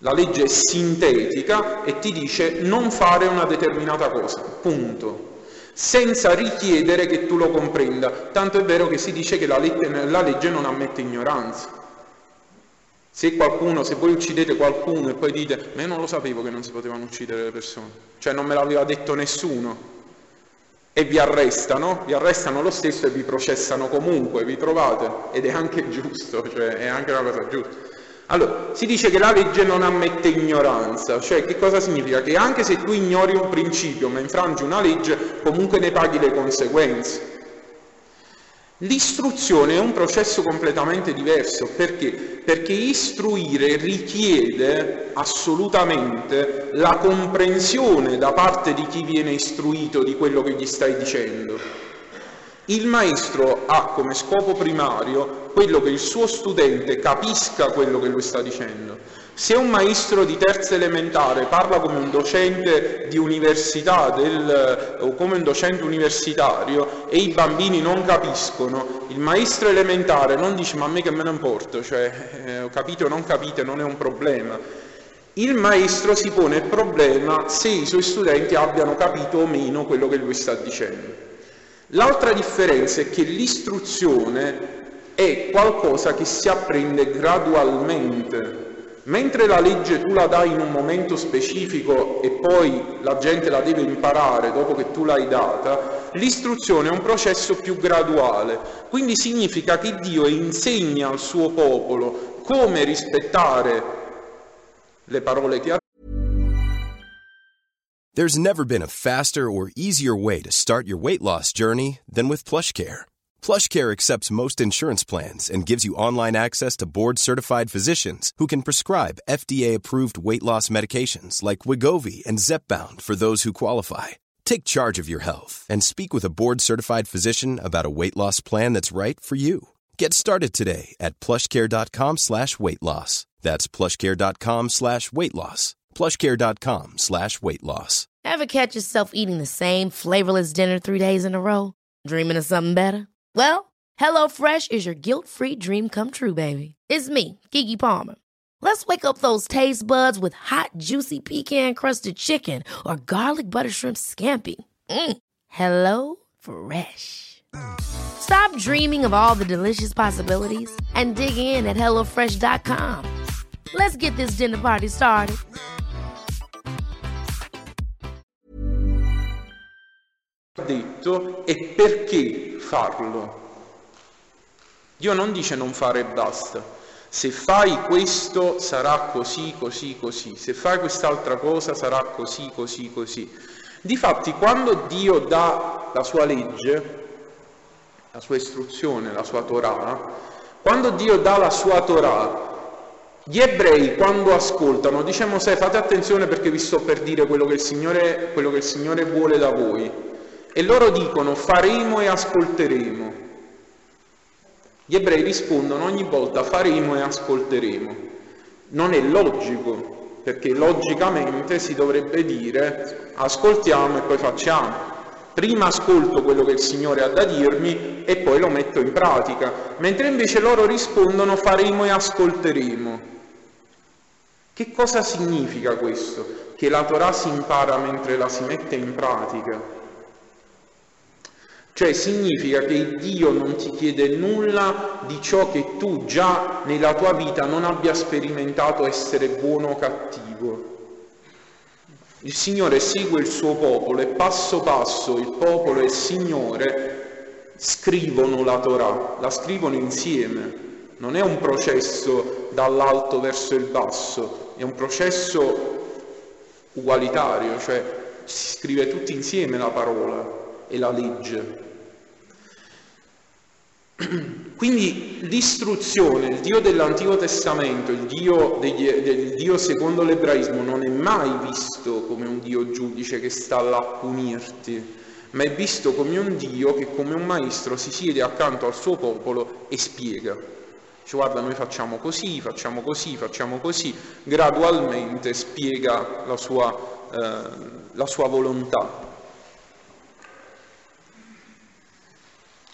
La legge è sintetica e ti dice non fare una determinata cosa, punto, senza richiedere che tu lo comprenda. Tanto è vero che si dice che la, let- la legge non ammette ignoranza. Se qualcuno, se voi uccidete qualcuno e poi dite ma io non lo sapevo che non si potevano uccidere le persone, cioè non me l'aveva detto nessuno, e vi arrestano, vi arrestano lo stesso e vi processano comunque, vi trovate, ed è anche giusto, cioè è anche una cosa giusta. Allora, si dice che la legge non ammette ignoranza, cioè che cosa significa? Che anche se tu ignori un principio ma infrangi una legge, comunque ne paghi le conseguenze. L'istruzione è un processo completamente diverso, perché? Perché istruire richiede assolutamente la comprensione da parte di chi viene istruito di quello che gli stai dicendo. Il maestro ha come scopo primario quello che il suo studente capisca quello che lui sta dicendo. Se un maestro di terza elementare parla come un docente di università del, o come un docente universitario e i bambini non capiscono, il maestro elementare non dice ma a me che me ne importa, cioè eh, ho capito o non capite, non è un problema. Il maestro si pone il problema se i suoi studenti abbiano capito o meno quello che lui sta dicendo. L'altra differenza è che l'istruzione è qualcosa che si apprende gradualmente. Mentre la legge tu la dai in un momento specifico e poi la gente la deve imparare dopo che tu l'hai data, l'istruzione è un processo più graduale. Quindi significa che Dio insegna al suo popolo come rispettare le parole che ha. There's never been a faster or easier way to start your weight loss journey than with PlushCare. PlushCare accepts most insurance plans and gives you online access to board-certified physicians who can prescribe F D A-approved weight loss medications like Wegovy and Zepbound for those who qualify. Take charge of your health and speak with a board-certified physician about a weight loss plan that's right for you. Get started today at plushcare.com slash weight loss. That's plushcare.com slash weight loss. plushcare.com slash weight loss. Ever catch yourself eating the same flavorless dinner three days in a row? Dreaming of something better? Well, HelloFresh is your guilt-free dream come true, baby. It's me, Keke Palmer. Let's wake up those taste buds with hot, juicy pecan-crusted chicken or garlic butter shrimp scampi. Mm. Hello Fresh. Stop dreaming of all the delicious possibilities and dig in at hello fresh dot com. Let's get this dinner party started. Detto e perché farlo. Dio non dice non fare e basta. Se fai questo sarà così, così, così. Se fai quest'altra cosa sarà così, così, così. Difatti, quando Dio dà la sua legge, la sua istruzione, la sua Torah, quando Dio dà la sua Torah, gli ebrei quando ascoltano dice Mosè fate attenzione perché vi sto per dire quello che il Signore, quello che il Signore vuole da voi. E loro dicono faremo e ascolteremo. Gli ebrei rispondono ogni volta faremo e ascolteremo. Non è logico, perché logicamente si dovrebbe dire ascoltiamo e poi facciamo. Prima ascolto quello che il Signore ha da dirmi e poi lo metto in pratica. Mentre invece loro rispondono faremo e ascolteremo. Che cosa significa questo? Che la Torah si impara mentre la si mette in pratica. Cioè significa che Dio non ti chiede nulla di ciò che tu già nella tua vita non abbia sperimentato essere buono o cattivo. Il Signore segue il suo popolo e passo passo il popolo e il Signore scrivono la Torah, la scrivono insieme. Non è un processo dall'alto verso il basso, è un processo ugualitario, cioè si scrive tutti insieme la parola e la legge. Quindi l'istruzione, il Dio dell'Antico Testamento, il Dio, degli, del Dio secondo l'ebraismo non è mai visto come un Dio giudice che sta là a punirti, ma è visto come un Dio che come un maestro si siede accanto al suo popolo e spiega. Dice guarda noi facciamo così, facciamo così, facciamo così, gradualmente spiega la sua, eh, la sua volontà.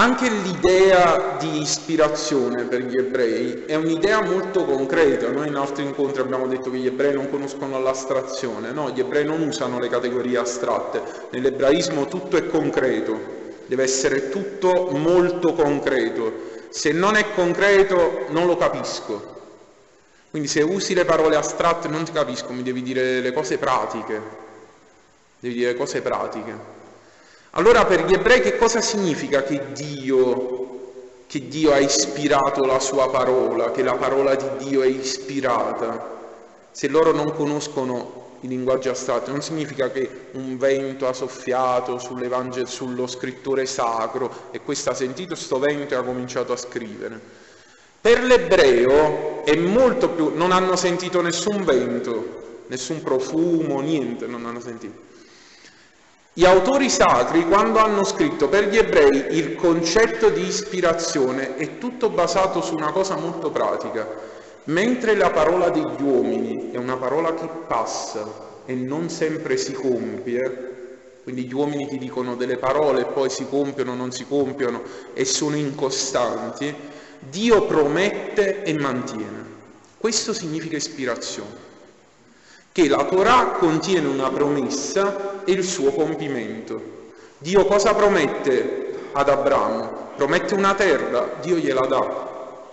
Anche l'idea di ispirazione per gli ebrei è un'idea molto concreta. Noi in altri incontri abbiamo detto che gli ebrei non conoscono l'astrazione. No, gli ebrei non usano le categorie astratte. Nell'ebraismo tutto è concreto, deve essere tutto molto concreto. Se non è concreto non lo capisco. Quindi se usi le parole astratte non ti capisco, mi devi dire le cose pratiche. Devi dire cose pratiche. Allora per gli ebrei che cosa significa che Dio, che Dio ha ispirato la sua parola, che la parola di Dio è ispirata? Se loro non conoscono i linguaggi astratti, non significa che un vento ha soffiato sullo scrittore sacro e questo ha sentito sto vento e ha cominciato a scrivere. Per l'ebreo è molto più, non hanno sentito nessun vento, nessun profumo, niente, non hanno sentito. Gli autori sacri, quando hanno scritto per gli ebrei, il concetto di ispirazione è tutto basato su una cosa molto pratica. Mentre la parola degli uomini è una parola che passa e non sempre si compie, quindi gli uomini ti dicono delle parole e poi si compiono, non si compiono e sono incostanti, Dio promette e mantiene. Questo significa ispirazione. Che la Torah contiene una promessa e il suo compimento. Dio cosa promette ad Abramo? Promette una terra, Dio gliela dà.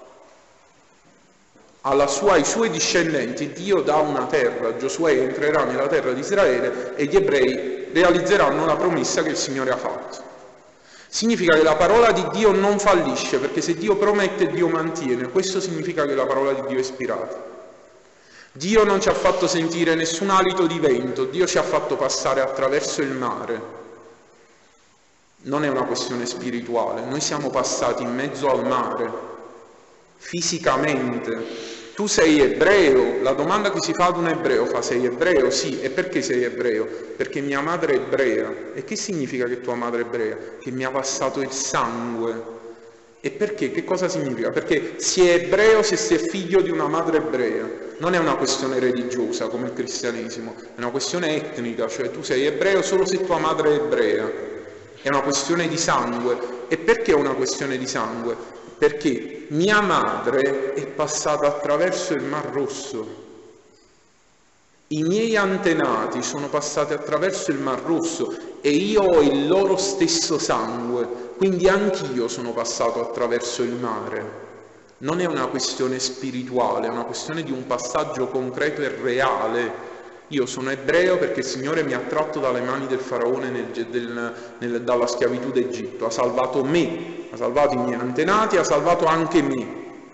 Alla sua, ai suoi discendenti Dio dà una terra, Giosuè entrerà nella terra di Israele e gli ebrei realizzeranno la promessa che il Signore ha fatto. Significa che la parola di Dio non fallisce, perché se Dio promette, Dio mantiene. Questo significa che la parola di Dio è ispirata. Dio non ci ha fatto sentire nessun alito di vento, Dio ci ha fatto passare attraverso il mare. Non è una questione spirituale, noi siamo passati in mezzo al mare, fisicamente. Tu sei ebreo? La domanda che si fa ad un ebreo fa: sei ebreo? Sì. E perché sei ebreo? Perché mia madre è ebrea. E che significa che tua madre è ebrea? Che mi ha passato il sangue. E perché? Che cosa significa? Perché si è ebreo se si è figlio di una madre ebrea. Non è una questione religiosa come il cristianesimo, è una questione etnica, cioè tu sei ebreo solo se tua madre è ebrea. È una questione di sangue. E perché è una questione di sangue? Perché mia madre è passata attraverso il Mar Rosso. I miei antenati sono passati attraverso il Mar Rosso e io ho il loro stesso sangue, quindi anch'io sono passato attraverso il mare. Non è una questione spirituale, è una questione di un passaggio concreto e reale. Io sono ebreo perché il Signore mi ha tratto dalle mani del faraone nel, del, nel, dalla schiavitù d'Egitto, ha salvato me, ha salvato i miei antenati, ha salvato anche me.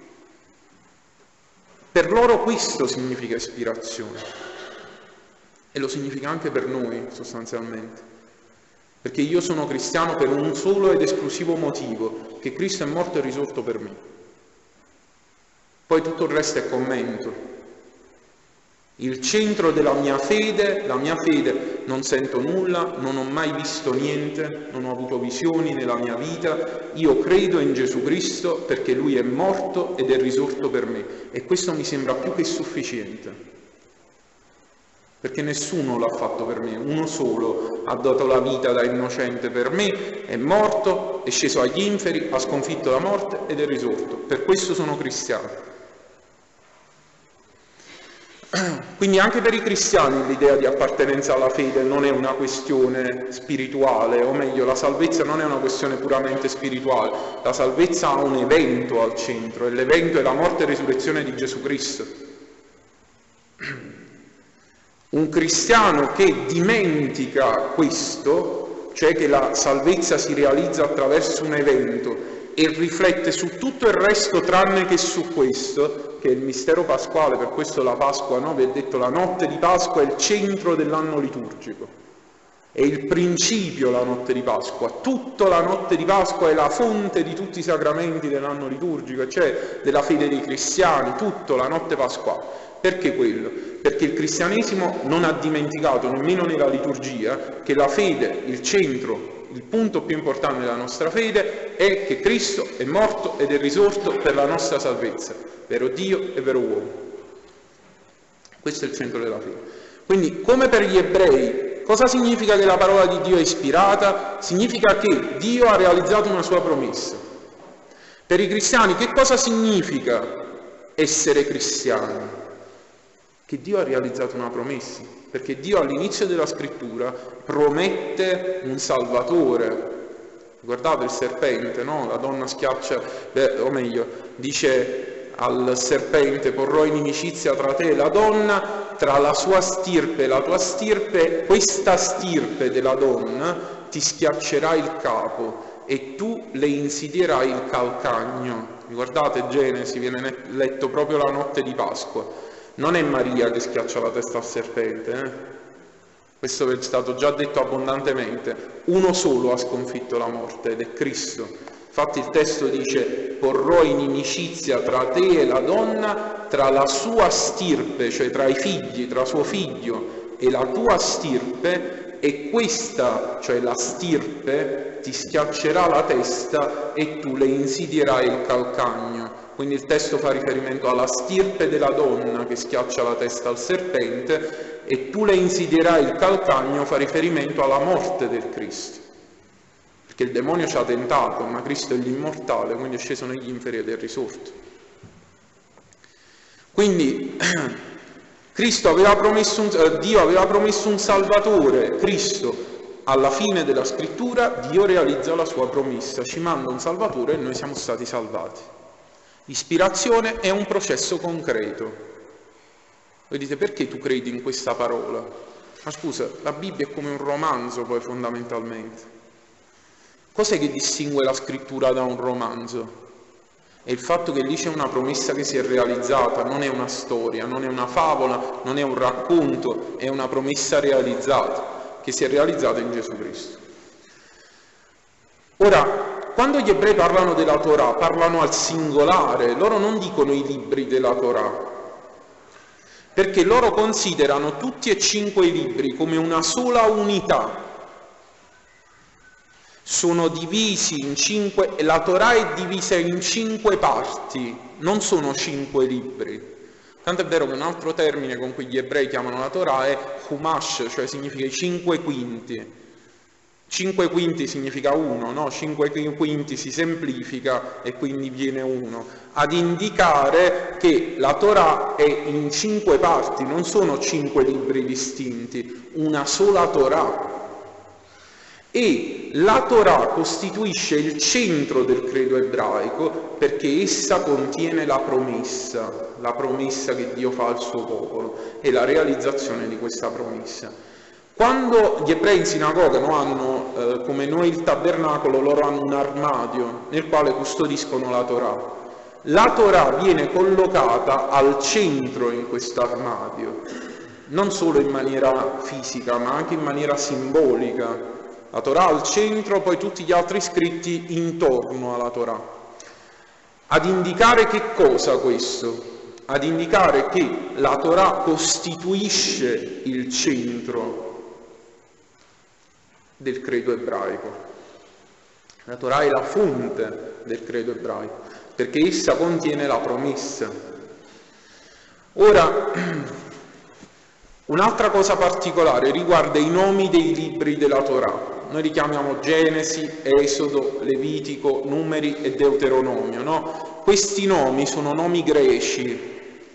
Per loro questo significa ispirazione. E lo significa anche per noi, sostanzialmente. Perché io sono cristiano per un solo ed esclusivo motivo, che Cristo è morto e risorto per me. Poi tutto il resto è commento. Il centro della mia fede, la mia fede, non sento nulla, non ho mai visto niente, non ho avuto visioni nella mia vita, io credo in Gesù Cristo perché Lui è morto ed è risorto per me. E questo mi sembra più che sufficiente. Perché nessuno l'ha fatto per me, uno solo ha dato la vita da innocente per me, è morto, è sceso agli inferi, ha sconfitto la morte ed è risorto. Per questo sono cristiano. Quindi anche per i cristiani l'idea di appartenenza alla fede non è una questione spirituale, o meglio, la salvezza non è una questione puramente spirituale, la salvezza ha un evento al centro e l'evento è la morte e risurrezione di Gesù Cristo. Un cristiano che dimentica questo, cioè che la salvezza si realizza attraverso un evento e riflette su tutto il resto tranne che su questo, che è il mistero pasquale, per questo la Pasqua, no? Vi ho detto, la notte di Pasqua è il centro dell'anno liturgico, è il principio la notte di Pasqua, tutta la notte di Pasqua è la fonte di tutti i sacramenti dell'anno liturgico, cioè della fede dei cristiani, tutto la notte pasquale. Perché quello? Perché il cristianesimo non ha dimenticato, nemmeno nella liturgia, che la fede, il centro, il punto più importante della nostra fede è che Cristo è morto ed è risorto per la nostra salvezza, vero Dio e vero uomo. Questo è il centro della fede. Quindi, come per gli ebrei cosa significa che la parola di Dio è ispirata? Significa che Dio ha realizzato una sua promessa. Per i cristiani che cosa significa essere cristiani? Che Dio ha realizzato una promessa, perché Dio all'inizio della scrittura promette un Salvatore. Guardate il serpente, no? La donna schiaccia, beh, o meglio, dice al serpente: porrò inimicizia tra te e la donna, tra la sua stirpe e la tua stirpe, questa stirpe della donna ti schiaccerà il capo e tu le insidierai il calcagno. Guardate Genesi, viene letto proprio la notte di Pasqua. Non è Maria che schiaccia la testa al serpente, eh? Questo è stato già detto abbondantemente. Uno solo ha sconfitto la morte ed è Cristo. Infatti il testo dice: porrò inimicizia tra te e la donna, tra la sua stirpe, cioè tra i figli, tra suo figlio e la tua stirpe, e questa, cioè la stirpe, ti schiaccerà la testa e tu le insidierai il calcagno. Quindi il testo fa riferimento alla stirpe della donna che schiaccia la testa al serpente, e tu le insidierai il calcagno fa riferimento alla morte del Cristo. Perché il demonio ci ha tentato, ma Cristo è l'immortale, quindi è sceso negli inferi ed è risorto. Quindi Cristo aveva promesso un, Dio aveva promesso un Salvatore, Cristo. Alla fine della scrittura Dio realizza la sua promessa, ci manda un Salvatore e noi siamo stati salvati. L'ispirazione è un processo concreto. Voi dite: perché tu credi in questa parola? Ma scusa, la Bibbia è come un romanzo poi fondamentalmente. Cos'è che distingue la scrittura da un romanzo? È il fatto che lì c'è una promessa che si è realizzata, non è una storia, non è una favola, non è un racconto, è una promessa realizzata, che si è realizzata in Gesù Cristo. Ora, quando gli ebrei parlano della Torah, parlano al singolare, loro non dicono i libri della Torah, perché loro considerano tutti e cinque i libri come una sola unità. Sono divisi in cinque, e la Torah è divisa in cinque parti, non sono cinque libri. Tanto è vero che un altro termine con cui gli ebrei chiamano la Torah è Humash, cioè significa i cinque quinti. Cinque quinti significa uno, no? Cinque quinti si semplifica e quindi viene uno, ad indicare che la Torah è in cinque parti, non sono cinque libri distinti, una sola Torah. E la Torah costituisce il centro del credo ebraico perché essa contiene la promessa, la promessa che Dio fa al suo popolo e la realizzazione di questa promessa. Quando gli ebrei in sinagoga no, hanno, eh, come noi il tabernacolo, loro hanno un armadio nel quale custodiscono la Torah. La Torah viene collocata al centro in questo armadio, non solo in maniera fisica, ma anche in maniera simbolica. La Torah al centro, poi tutti gli altri scritti intorno alla Torah. Ad indicare che cosa questo? Ad indicare che la Torah costituisce il centro del credo ebraico. La Torah è la fonte del credo ebraico, perché essa contiene la promessa. Ora, un'altra cosa particolare riguarda i nomi dei libri della Torah. Noi li chiamiamo Genesi, Esodo, Levitico, Numeri e Deuteronomio, no? Questi nomi sono nomi greci.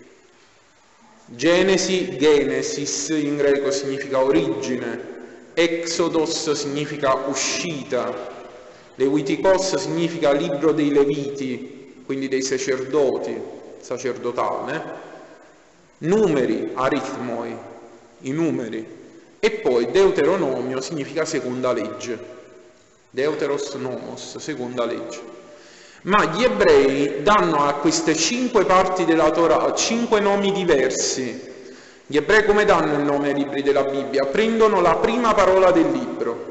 Genesi, Genesis in greco significa origine, Exodos significa uscita, Leviticos significa libro dei Leviti, quindi dei sacerdoti, sacerdotale, numeri, arithmoi, i numeri, e poi Deuteronomio significa seconda legge, Deuteros nomos, seconda legge. Ma gli ebrei danno a queste cinque parti della Torah cinque nomi diversi. Gli ebrei come danno il nome ai libri della Bibbia? Prendono la prima parola del libro.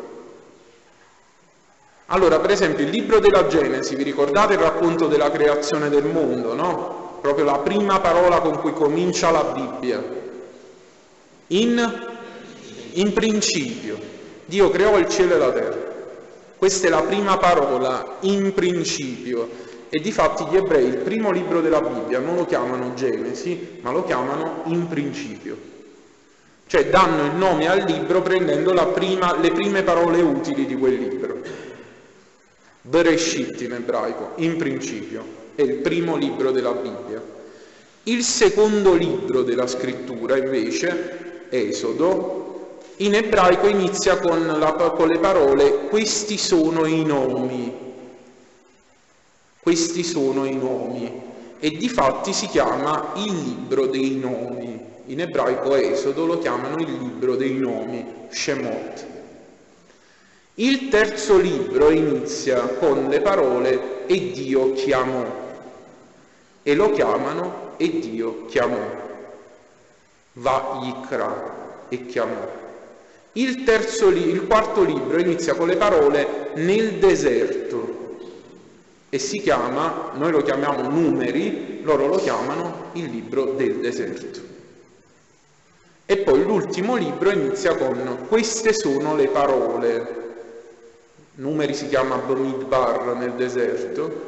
Allora, per esempio, il libro della Genesi, vi ricordate il racconto della creazione del mondo, no? Proprio la prima parola con cui comincia la Bibbia. In, in principio, Dio creò il cielo e la terra. Questa è la prima parola, in principio. E difatti gli ebrei il primo libro della Bibbia non lo chiamano Genesi, ma lo chiamano in principio. cioè danno il nome al libro prendendo la prima, le prime parole utili di quel libro. Bereshit in ebraico, in principio, è il primo libro della Bibbia. Il secondo libro della scrittura invece, Esodo, in ebraico inizia con, la, con le parole questi sono i nomi, questi sono i nomi, e difatti si chiama il libro dei nomi. In ebraico Esodo lo chiamano il libro dei nomi, Shemot. Il terzo libro inizia con le parole e Dio chiamò, e lo chiamano e Dio chiamò, Vayikra, e chiamò. Il, terzo, il quarto libro inizia con le parole nel deserto e si chiama, noi lo chiamiamo Numeri, loro lo chiamano il libro del deserto. E poi l'ultimo libro inizia con queste sono le parole. Numeri si chiama Bamidbar nel deserto.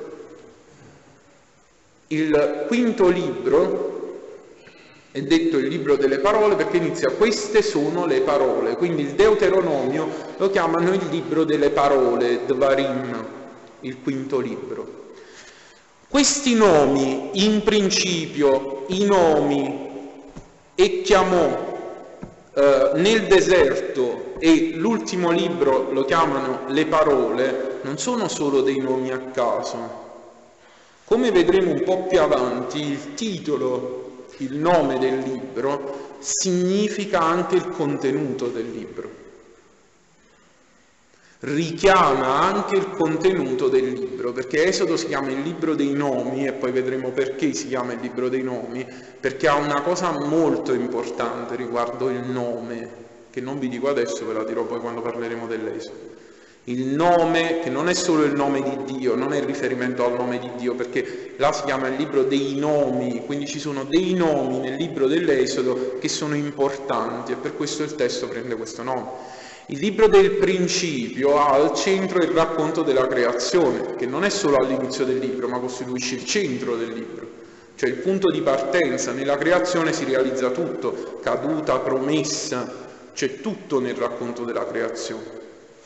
Il quinto libro è detto il libro delle parole perché inizia queste sono le parole, quindi il Deuteronomio lo chiamano il libro delle parole, Dvarim, il quinto libro. Questi nomi, in principio, i nomi, e chiamò eh, nel deserto, e l'ultimo libro lo chiamano le parole, non sono solo dei nomi a caso. Come vedremo un po' più avanti, il titolo, il nome del libro, significa anche il contenuto del libro. Richiama anche il contenuto del libro, perché Esodo si chiama il libro dei nomi, e poi vedremo perché si chiama il libro dei nomi, perché ha una cosa molto importante riguardo il nome, che non vi dico adesso, ve la dirò poi quando parleremo dell'Esodo. Il nome, che non è solo il nome di Dio, non è il riferimento al nome di Dio, perché là si chiama il libro dei nomi, quindi ci sono dei nomi nel libro dell'Esodo che sono importanti, e per questo il testo prende questo nome. Il libro del principio ha al centro il racconto della creazione, che non è solo all'inizio del libro, ma costituisce il centro del libro, cioè il punto di partenza. Nella creazione si realizza tutto, caduta, promessa, c'è tutto nel racconto della creazione.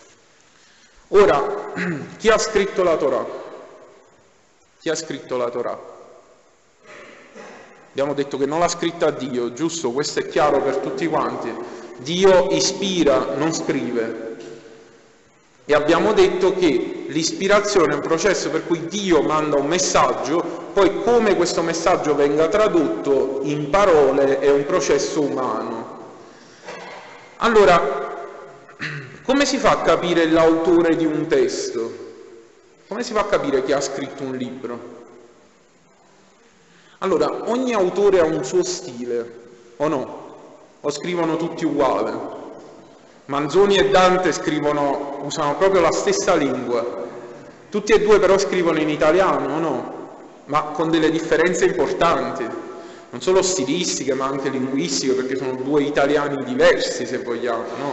Ora, chi ha scritto la Torah? Chi ha scritto la Torah? Abbiamo detto che non l'ha scritta Dio, giusto? Questo è chiaro per tutti quanti. Dio ispira, non scrive. E abbiamo detto che l'ispirazione è un processo per cui Dio manda un messaggio, poi come questo messaggio venga tradotto in parole è un processo umano. Allora, come si fa a capire l'autore di un testo? Come si fa a capire chi ha scritto un libro? Allora, ogni autore ha un suo stile, o no? O scrivono tutti uguali? Manzoni e Dante scrivono, usano proprio la stessa lingua. Tutti e due però scrivono in italiano, o no? Ma con delle differenze importanti, non solo stilistiche ma anche linguistiche, perché sono due italiani diversi, se vogliamo, no?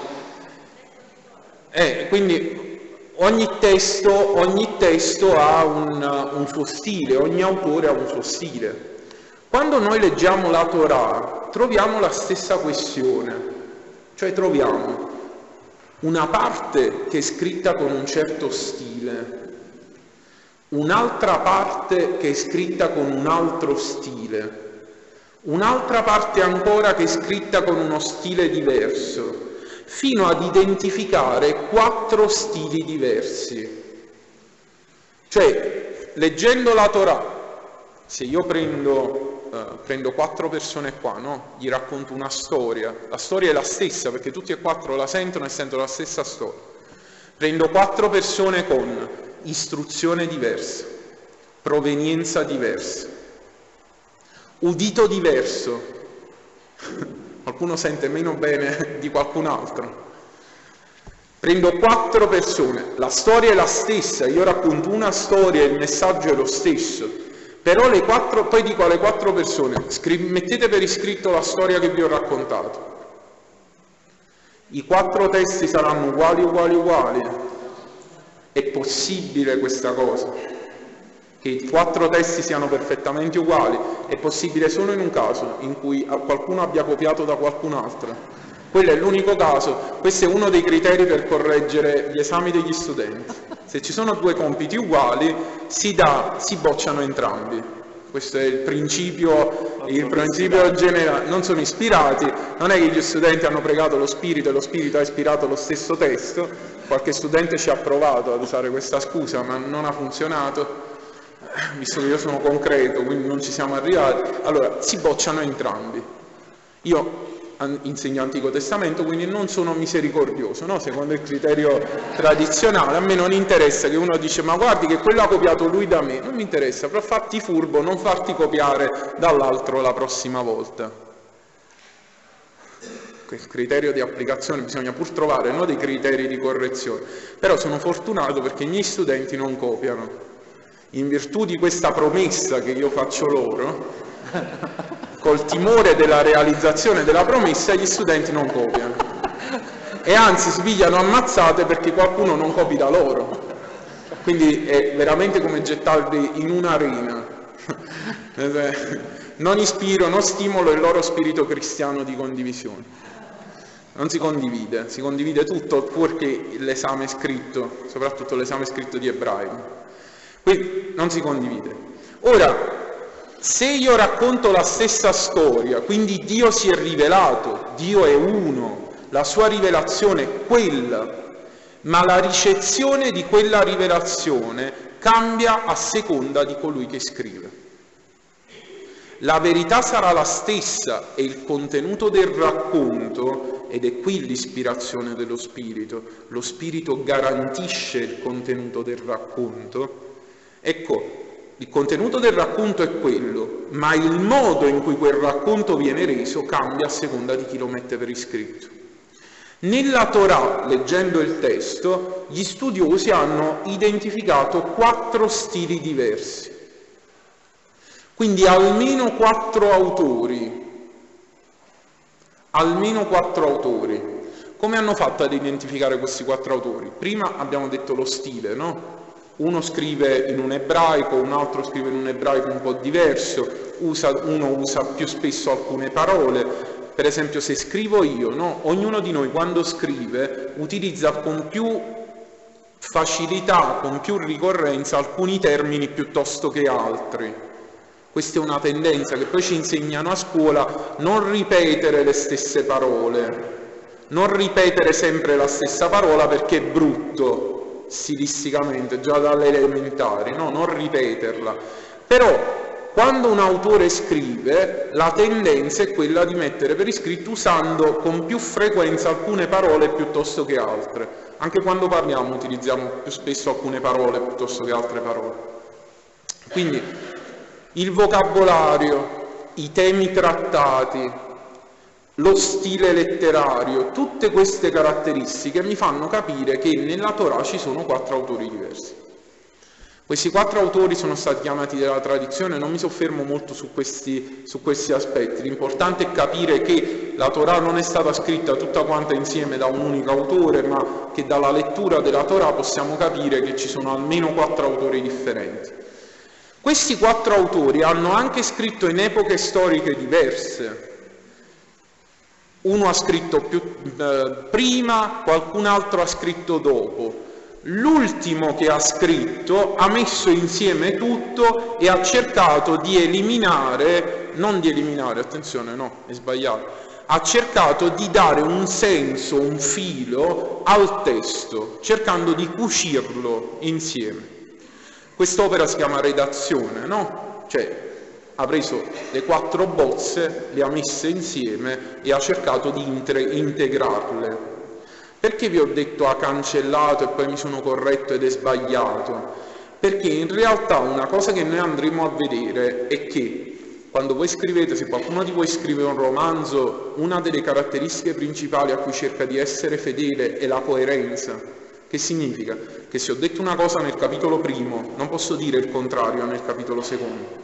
Eh, quindi ogni testo, ogni testo ha un, un suo stile, ogni autore ha un suo stile. Quando noi leggiamo la Torah troviamo la stessa questione, cioè troviamo una parte che è scritta con un certo stile, un'altra parte che è scritta con un altro stile, un'altra parte ancora che è scritta con uno stile diverso, fino ad identificare quattro stili diversi. Cioè, leggendo la Torah, se io prendo, uh, prendo quattro persone qua, no? Gli racconto una storia, la storia è la stessa perché tutti e quattro la sentono e sentono la stessa storia. Prendo quattro persone con istruzione diversa, provenienza diversa, udito diverso, qualcuno sente meno bene di qualcun altro. Prendo quattro persone, la storia è la stessa, io racconto una storia e il messaggio è lo stesso, però le quattro, poi dico alle quattro persone, scri- mettete per iscritto la storia che vi ho raccontato. I quattro testi saranno uguali, uguali, uguali. È possibile questa cosa, che i quattro testi siano perfettamente uguali, è possibile solo in un caso, in cui qualcuno abbia copiato da qualcun altro. quello è l'unico caso, questo è uno dei criteri per correggere gli esami degli studenti. Se ci sono due compiti uguali, si, dà, si bocciano entrambi. Questo è il principio, il principio generale. Non sono ispirati, non è che gli studenti hanno pregato lo spirito e lo spirito ha ispirato lo stesso testo. Qualche studente ci ha provato ad usare questa scusa, ma non ha funzionato, visto che io sono concreto, quindi non ci siamo arrivati. Allora, si bocciano entrambi. Io insegno Antico Testamento, quindi non sono misericordioso, no? Secondo il criterio tradizionale. A me non interessa che uno dice ma guardi che quello ha copiato lui da me, non mi interessa, però fatti furbo, non farti copiare dall'altro la prossima volta. Quel criterio di applicazione bisogna pur trovare, no, dei criteri di correzione. Però sono fortunato perché i miei studenti non copiano, in virtù di questa promessa che io faccio loro. Col timore della realizzazione della promessa gli studenti non copiano e anzi svigliano ammazzate perché qualcuno non copi da loro, quindi è veramente come gettarli in un'arena. Non ispiro, non stimolo il loro spirito cristiano di condivisione, non si condivide, si condivide tutto purché l'esame scritto, soprattutto l'esame scritto di ebraico, quindi non si condivide. Ora, se io racconto la stessa storia, quindi Dio si è rivelato, Dio è uno, la sua rivelazione è quella, ma la ricezione di quella rivelazione cambia a seconda di colui che scrive. La verità sarà la stessa e il contenuto del racconto, ed è qui l'ispirazione dello Spirito, lo Spirito garantisce il contenuto del racconto. Ecco, il contenuto del racconto è quello, ma il modo in cui quel racconto viene reso cambia a seconda di chi lo mette per iscritto. Nella Torah, leggendo il testo, gli studiosi hanno identificato quattro stili diversi. Quindi almeno quattro autori, almeno quattro autori. Come hanno fatto ad identificare questi quattro autori? Prima abbiamo detto lo stile, no? Uno scrive in un ebraico, un altro scrive in un ebraico un po' diverso, usa, uno usa più spesso alcune parole. Per esempio, se scrivo io, no? Ognuno di noi quando scrive utilizza con più facilità, con più ricorrenza alcuni termini piuttosto che altri. Questa è una tendenza che poi ci insegnano a scuola, non ripetere le stesse parole, non ripetere sempre la stessa parola perché è brutto stilisticamente, già dalle elementari, no? Non ripeterla. Però quando un autore scrive, la tendenza è quella di mettere per iscritto usando con più frequenza alcune parole piuttosto che altre. Anche quando parliamo utilizziamo più spesso alcune parole piuttosto che altre parole. Quindi il vocabolario, i temi trattati, lo stile letterario, tutte queste caratteristiche mi fanno capire che nella Torah ci sono quattro autori diversi. Questi quattro autori sono stati chiamati dalla tradizione, non mi soffermo molto su questi, su questi aspetti. L'importante è capire che la Torah non è stata scritta tutta quanta insieme da un unico autore, ma che dalla lettura della Torah possiamo capire che ci sono almeno quattro autori differenti. Questi quattro autori hanno anche scritto in epoche storiche diverse. Uno ha scritto più eh, prima, qualcun altro ha scritto dopo. L'ultimo che ha scritto ha messo insieme tutto e ha cercato di eliminare, non di eliminare, attenzione, no, è sbagliato, ha cercato di dare un senso, un filo al testo, cercando di cucirlo insieme. Quest'opera si chiama redazione, no? Cioè, ha preso le quattro bozze, le ha messe insieme e ha cercato di integrarle. Perché vi ho detto ha cancellato e poi mi sono corretto ed è sbagliato? Perché in realtà una cosa che noi andremo a vedere è che quando voi scrivete, se qualcuno di voi scrive un romanzo, una delle caratteristiche principali a cui cerca di essere fedele è la coerenza. Che significa? Che se ho detto una cosa nel capitolo primo, non posso dire il contrario nel capitolo secondo.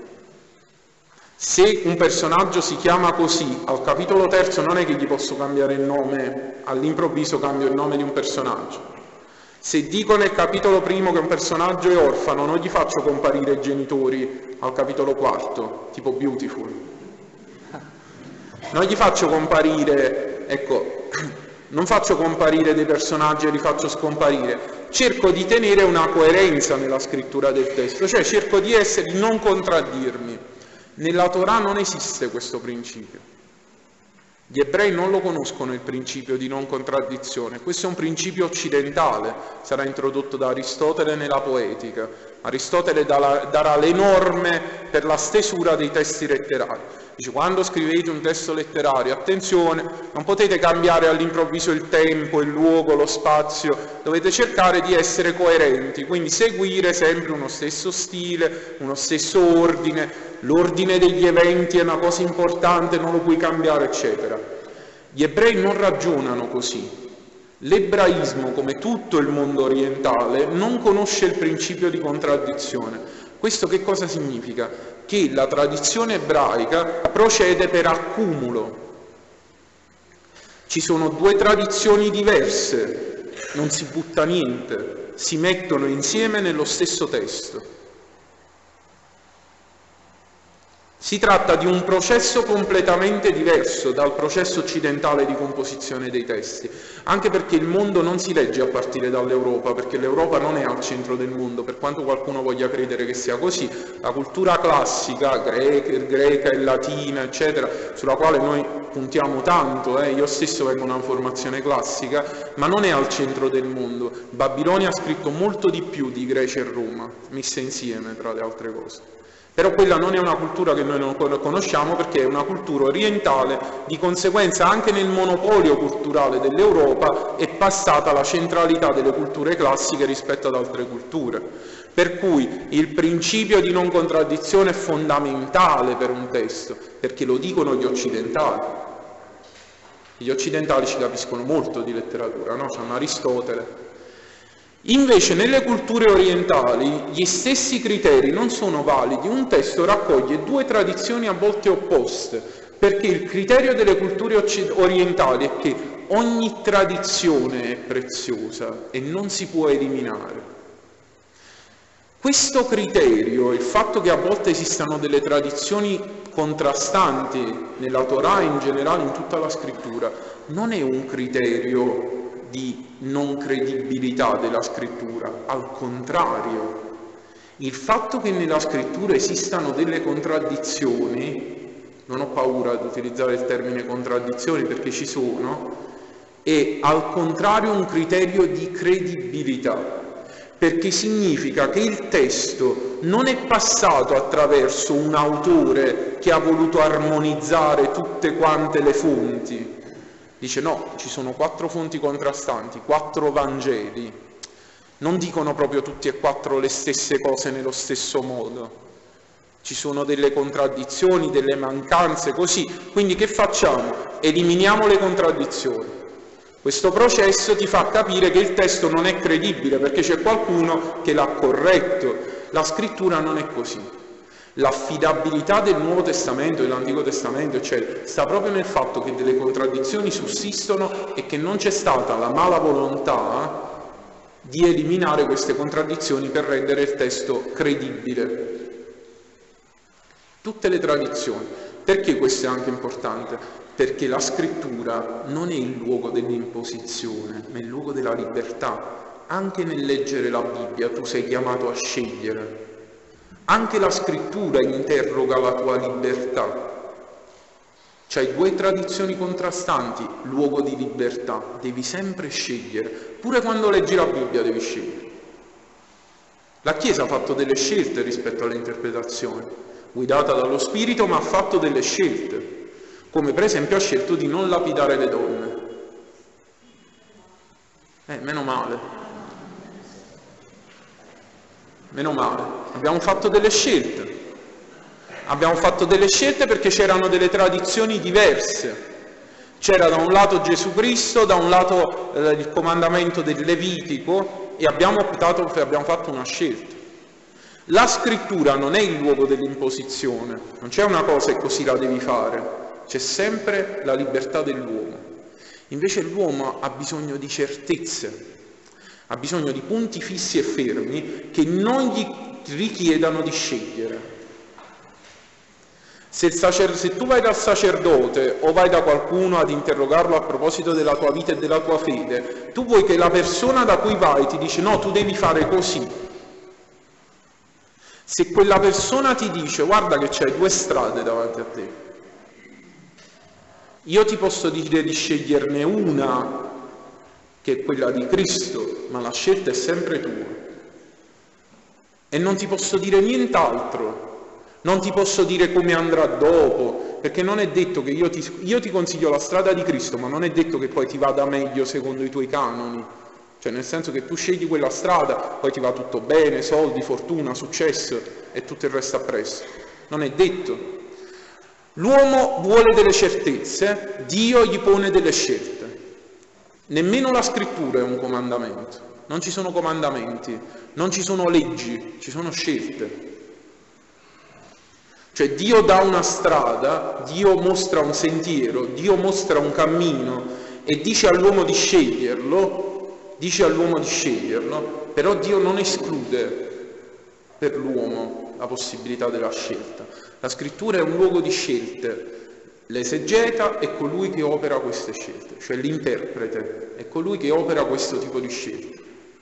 Se un personaggio si chiama così, al capitolo terzo non è che gli posso cambiare il nome, all'improvviso cambio il nome di un personaggio. Se dico nel capitolo primo che un personaggio è orfano, non gli faccio comparire i genitori al capitolo quarto, tipo Beautiful. Non gli faccio comparire, ecco, non faccio comparire dei personaggi e li faccio scomparire, cerco di tenere una coerenza nella scrittura del testo, cioè cerco di essere, di non contraddirmi. Nella Torah non esiste questo principio. Gli ebrei non lo conoscono il principio di non contraddizione, questo è un principio occidentale, sarà introdotto da Aristotele nella Poetica. Aristotele darà le norme per la stesura dei testi letterari. Dice, quando scrivete un testo letterario, attenzione, non potete cambiare all'improvviso il tempo, il luogo, lo spazio, dovete cercare di essere coerenti, quindi seguire sempre uno stesso stile, uno stesso ordine, l'ordine degli eventi è una cosa importante, non lo puoi cambiare, eccetera. Gli ebrei non ragionano così. L'ebraismo, come tutto il mondo orientale, non conosce il principio di contraddizione. Questo che cosa significa? Che la tradizione ebraica procede per accumulo. Ci sono due tradizioni diverse, non si butta niente, si mettono insieme nello stesso testo. Si tratta di un processo completamente diverso dal processo occidentale di composizione dei testi, anche perché il mondo non si legge a partire dall'Europa, perché l'Europa non è al centro del mondo, per quanto qualcuno voglia credere che sia così. La cultura classica, greca, greca e latina, eccetera, sulla quale noi puntiamo tanto, eh, io stesso vengo da una formazione classica, ma non è al centro del mondo. Babilonia ha scritto molto di più di Grecia e Roma, messe insieme tra le altre cose. Però quella non è una cultura che noi non conosciamo perché è una cultura orientale, di conseguenza anche nel monopolio culturale dell'Europa è passata la centralità delle culture classiche rispetto ad altre culture. Per cui il principio di non contraddizione è fondamentale per un testo, perché lo dicono gli occidentali. Gli occidentali ci capiscono molto di letteratura, no? C'hanno Aristotele. Invece nelle culture orientali gli stessi criteri non sono validi, un testo raccoglie due tradizioni a volte opposte, perché il criterio delle culture orientali è che ogni tradizione è preziosa e non si può eliminare. Questo criterio, il fatto che a volte esistano delle tradizioni contrastanti nella Torah e in generale in tutta la scrittura, non è un criterio di non credibilità della scrittura, al contrario. Il fatto che nella scrittura esistano delle contraddizioni, non ho paura di utilizzare il termine contraddizioni perché ci sono, è al contrario un criterio di credibilità, perché significa che il testo non è passato attraverso un autore che ha voluto armonizzare tutte quante le fonti. Dice no, ci sono quattro fonti contrastanti, quattro Vangeli, non dicono proprio tutti e quattro le stesse cose nello stesso modo, ci sono delle contraddizioni, delle mancanze, così, quindi che facciamo? Eliminiamo le contraddizioni. Questo processo ti fa capire che il testo non è credibile perché c'è qualcuno che l'ha corretto, la scrittura non è così. L'affidabilità del Nuovo Testamento e dell'Antico Testamento, eccetera, sta proprio nel fatto che delle contraddizioni sussistono e che non c'è stata la mala volontà di eliminare queste contraddizioni per rendere il testo credibile. Tutte le tradizioni. Perché questo è anche importante? Perché la scrittura non è il luogo dell'imposizione, ma è il luogo della libertà. Anche nel leggere la Bibbia tu sei chiamato a scegliere. Anche la scrittura interroga la tua libertà. C'hai due tradizioni contrastanti, luogo di libertà, devi sempre scegliere. Pure quando leggi la Bibbia devi scegliere. La Chiesa ha fatto delle scelte rispetto alle interpretazioni, guidata dallo Spirito, ma ha fatto delle scelte, come per esempio ha scelto di non lapidare le donne. Eh, meno male. Meno male, abbiamo fatto delle scelte, abbiamo fatto delle scelte perché c'erano delle tradizioni diverse, c'era da un lato Gesù Cristo, da un lato eh, il comandamento del Levitico e abbiamo optato, abbiamo fatto una scelta. La scrittura non è il luogo dell'imposizione, non c'è una cosa e così la devi fare, c'è sempre la libertà dell'uomo. Invece l'uomo ha bisogno di certezze, ha bisogno di punti fissi e fermi che non gli richiedano di scegliere. Se, il sacer- se tu vai dal sacerdote o vai da qualcuno ad interrogarlo a proposito della tua vita e della tua fede, tu vuoi che la persona da cui vai ti dice no, tu devi fare così. Se quella persona ti dice guarda che c'hai due strade davanti a te, io ti posso dire di sceglierne una che è quella di Cristo, ma la scelta è sempre tua. E non ti posso dire nient'altro, non ti posso dire come andrà dopo, perché non è detto che io ti, io ti consiglio la strada di Cristo, ma non è detto che poi ti vada meglio secondo i tuoi canoni. Cioè nel senso che tu scegli quella strada, poi ti va tutto bene, soldi, fortuna, successo e tutto il resto appresso. Non è detto. L'uomo vuole delle certezze, Dio gli pone delle scelte. Nemmeno la scrittura è un comandamento, non ci sono comandamenti, non ci sono leggi, ci sono scelte. Cioè Dio dà una strada, Dio mostra un sentiero, Dio mostra un cammino e dice all'uomo di sceglierlo, dice all'uomo di sceglierlo, però Dio non esclude per l'uomo la possibilità della scelta. La scrittura è un luogo di scelte, l'esegeta è colui che opera queste scelte, cioè l'interprete è colui che opera questo tipo di scelte.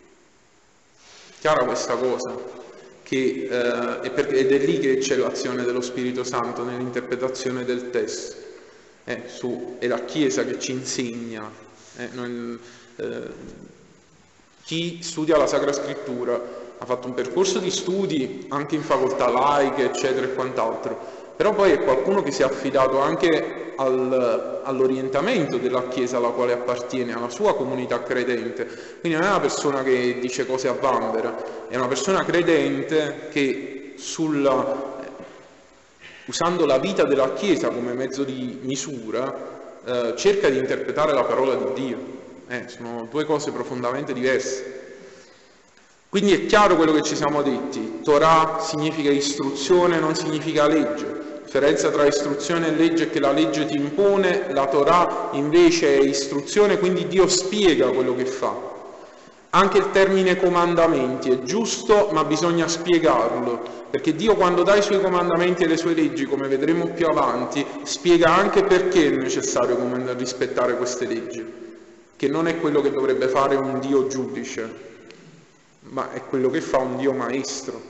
Chiara questa cosa? Che, eh, è perché, ed è lì che c'è l'azione dello Spirito Santo nell'interpretazione del testo. Eh, su, è la Chiesa che ci insegna. Eh, noi, eh, chi studia la Sacra Scrittura ha fatto un percorso di studi anche in facoltà laiche, eccetera e quant'altro, però poi è qualcuno che si è affidato anche al, all'orientamento della Chiesa alla quale appartiene, alla sua comunità credente. Quindi non è una persona che dice cose a vanvera, è una persona credente che sulla, usando la vita della Chiesa come mezzo di misura eh, cerca di interpretare la parola di Dio. Eh, sono due cose profondamente diverse. Quindi è chiaro quello che ci siamo detti: Torah significa istruzione, non significa legge. La differenza tra istruzione e legge è che la legge ti impone, la Torah invece è istruzione, quindi Dio spiega quello che fa. Anche il termine comandamenti è giusto, ma bisogna spiegarlo, perché Dio quando dà i suoi comandamenti e le sue leggi, come vedremo più avanti, spiega anche perché è necessario rispettare queste leggi, che non è quello che dovrebbe fare un Dio giudice, ma è quello che fa un Dio maestro.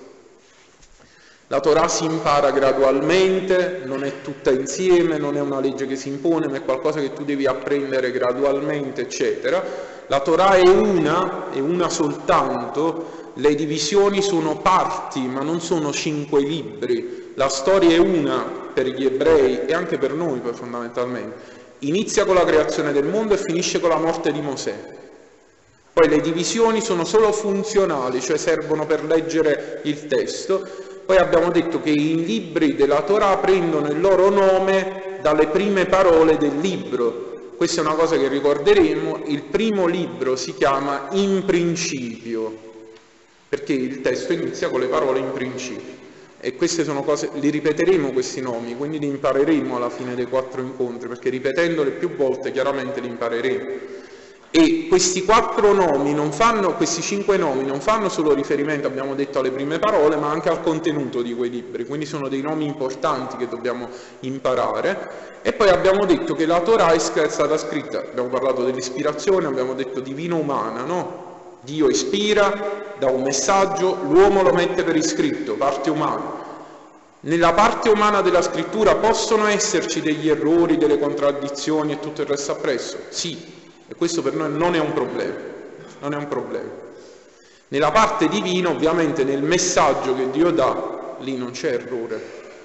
La Torah si impara gradualmente, non è tutta insieme, non è una legge che si impone, ma è qualcosa che tu devi apprendere gradualmente, eccetera. La Torah è una, è una soltanto, le divisioni sono parti, ma non sono cinque libri. La storia è una per gli ebrei e anche per noi, poi, fondamentalmente. Inizia con la creazione del mondo e finisce con la morte di Mosè. Poi le divisioni sono solo funzionali, cioè servono per leggere il testo. Poi abbiamo detto che i libri della Torah prendono il loro nome dalle prime parole del libro. Questa è una cosa che ricorderemo: il primo libro si chiama In Principio, perché il testo inizia con le parole in principio. E queste sono cose, li ripeteremo questi nomi, quindi li impareremo alla fine dei quattro incontri, perché ripetendoli più volte chiaramente li impareremo. E questi quattro nomi non fanno, questi cinque nomi non fanno solo riferimento, abbiamo detto, alle prime parole, ma anche al contenuto di quei libri, quindi sono dei nomi importanti che dobbiamo imparare. E poi abbiamo detto che la Torah è stata scritta, abbiamo parlato dell'ispirazione, abbiamo detto divino-umana, no? Dio ispira, dà un messaggio, l'uomo lo mette per iscritto, parte umana. Nella parte umana della scrittura possono esserci degli errori, delle contraddizioni e tutto il resto appresso? Sì. E questo per noi non è un problema, non è un problema. Nella parte divina, ovviamente, nel messaggio che Dio dà, lì non c'è errore,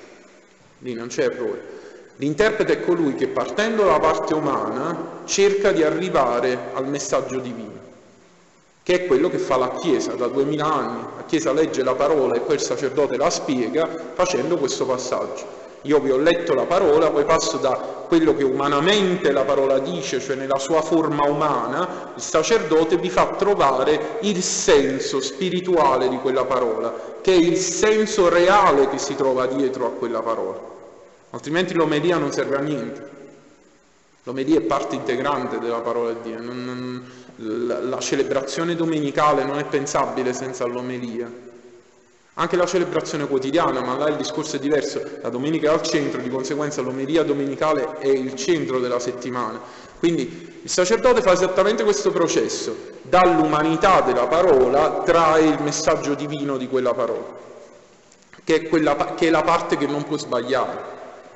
lì non c'è errore. L'interprete è colui che, partendo dalla parte umana, cerca di arrivare al messaggio divino, che è quello che fa la Chiesa da duemila anni. La Chiesa legge la parola e poi il sacerdote la spiega facendo questo passaggio. Io vi ho letto la parola, poi passo da quello che umanamente la parola dice, cioè nella sua forma umana, il sacerdote vi fa trovare il senso spirituale di quella parola, che è il senso reale che si trova dietro a quella parola. Altrimenti l'omelia non serve a niente. L'omelia è parte integrante della parola di Dio. Non, non, la, la celebrazione domenicale non è pensabile senza l'omelia. Anche la celebrazione quotidiana, ma là il discorso è diverso, la domenica è al centro, di conseguenza l'omelia domenicale è il centro della settimana. Quindi il sacerdote fa esattamente questo processo, dall'umanità della parola trae il messaggio divino di quella parola, che è, quella, che è la parte che non può sbagliare.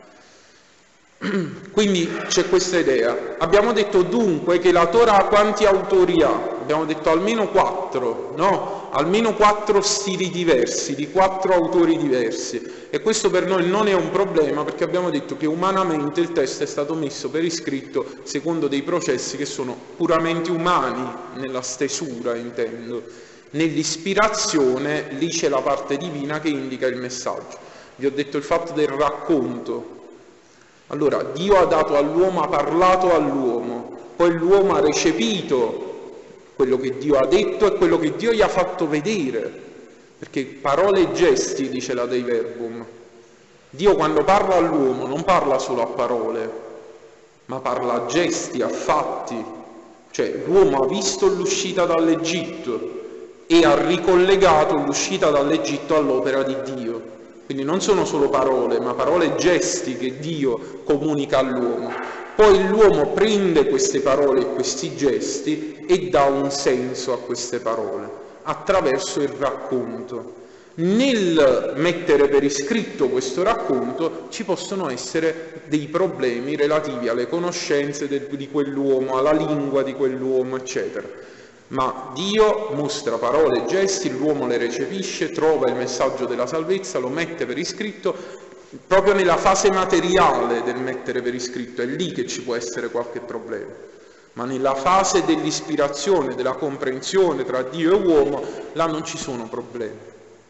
Quindi c'è questa idea. Abbiamo detto dunque che la Torah quanti autori ha? Abbiamo detto almeno quattro, no? Almeno quattro stili diversi, di quattro autori diversi. E questo per noi non è un problema, perché abbiamo detto che umanamente il testo è stato messo per iscritto secondo dei processi che sono puramente umani, nella stesura intendo. Nell'ispirazione lì c'è la parte divina che indica il messaggio. Vi ho detto il fatto del racconto. Allora, Dio ha dato all'uomo, ha parlato all'uomo, poi l'uomo ha recepito quello che Dio ha detto e quello che Dio gli ha fatto vedere, perché parole e gesti, dice la Dei Verbum. Dio quando parla all'uomo non parla solo a parole, ma parla a gesti, a fatti. Cioè l'uomo ha visto l'uscita dall'Egitto e ha ricollegato l'uscita dall'Egitto all'opera di Dio. Quindi non sono solo parole, ma parole e gesti che Dio comunica all'uomo. Poi l'uomo prende queste parole e questi gesti e dà un senso a queste parole, attraverso il racconto. Nel mettere per iscritto questo racconto ci possono essere dei problemi relativi alle conoscenze del, di quell'uomo, alla lingua di quell'uomo, eccetera. Ma Dio mostra parole e gesti, l'uomo le recepisce, trova il messaggio della salvezza, lo mette per iscritto, proprio nella fase materiale del mettere per iscritto, è lì che ci può essere qualche problema. Ma nella fase dell'ispirazione, della comprensione tra Dio e uomo, là non ci sono problemi.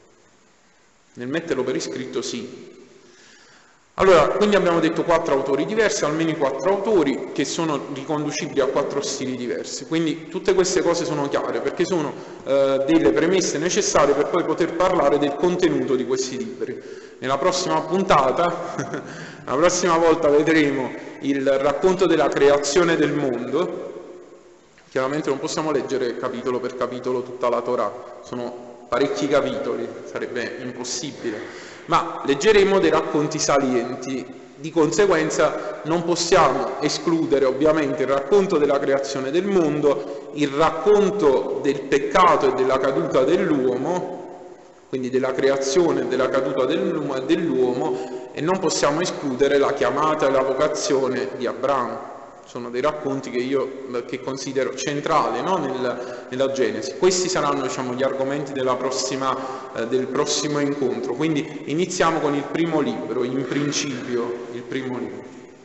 Nel metterlo per iscritto sì. Allora, quindi abbiamo detto quattro autori diversi, almeno i quattro autori che sono riconducibili a quattro stili diversi. Quindi tutte queste cose sono chiare perché sono eh, delle premesse necessarie per poi poter parlare del contenuto di questi libri. Nella prossima puntata, la prossima volta vedremo il racconto della creazione del mondo. Chiaramente non possiamo leggere capitolo per capitolo tutta la Torah, sono parecchi capitoli, sarebbe impossibile. Ma leggeremo dei racconti salienti, di conseguenza non possiamo escludere ovviamente il racconto della creazione del mondo, il racconto del peccato e della caduta dell'uomo, quindi della creazione e della caduta dell'uomo, e non possiamo escludere la chiamata e la vocazione di Abramo. Sono dei racconti che io che considero centrali, no? Nel, nella Genesi. Questi saranno, diciamo, gli argomenti della prossima, eh, del prossimo incontro. Quindi iniziamo con il primo libro, in principio, il primo libro.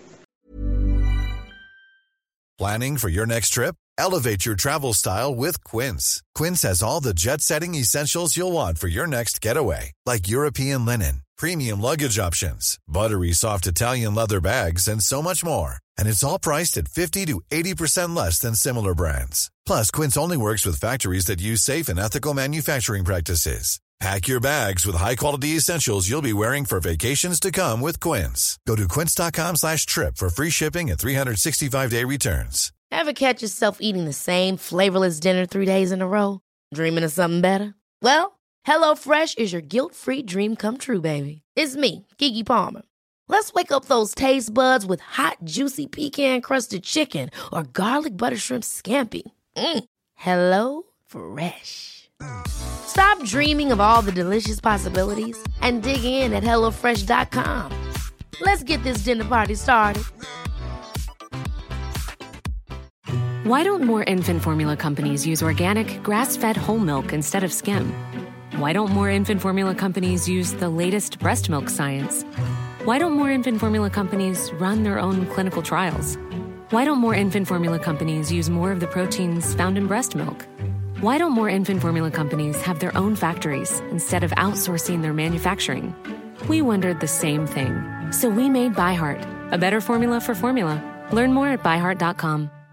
Planning for your next trip? Elevate your travel style with Quince. Quince has all the jet-setting essentials you'll want for your next getaway, like European linen, premium luggage options, buttery soft Italian leather bags, and so much more. And it's all priced at fifty to eighty percent less than similar brands. Plus, Quince only works with factories that use safe and ethical manufacturing practices. Pack your bags with high-quality essentials you'll be wearing for vacations to come with Quince. Go to quince.com slash trip for free shipping and three sixty-five day returns. Ever catch yourself eating the same flavorless dinner three days in a row? Dreaming of something better? Well, HelloFresh is your guilt-free dream come true, baby. It's me, Keke Palmer. Let's wake up those taste buds with hot, juicy pecan-crusted chicken or garlic butter shrimp scampi. Mm. Hello Fresh. Stop dreaming of all the delicious possibilities and dig in at hello fresh dot com. Let's get this dinner party started. Why don't more infant formula companies use organic, grass-fed whole milk instead of skim? Why don't more infant formula companies use the latest breast milk science? Why don't more infant formula companies run their own clinical trials? Why don't more infant formula companies use more of the proteins found in breast milk? Why don't more infant formula companies have their own factories instead of outsourcing their manufacturing? We wondered the same thing. So we made ByHeart, a better formula for formula. Learn more at by heart dot com.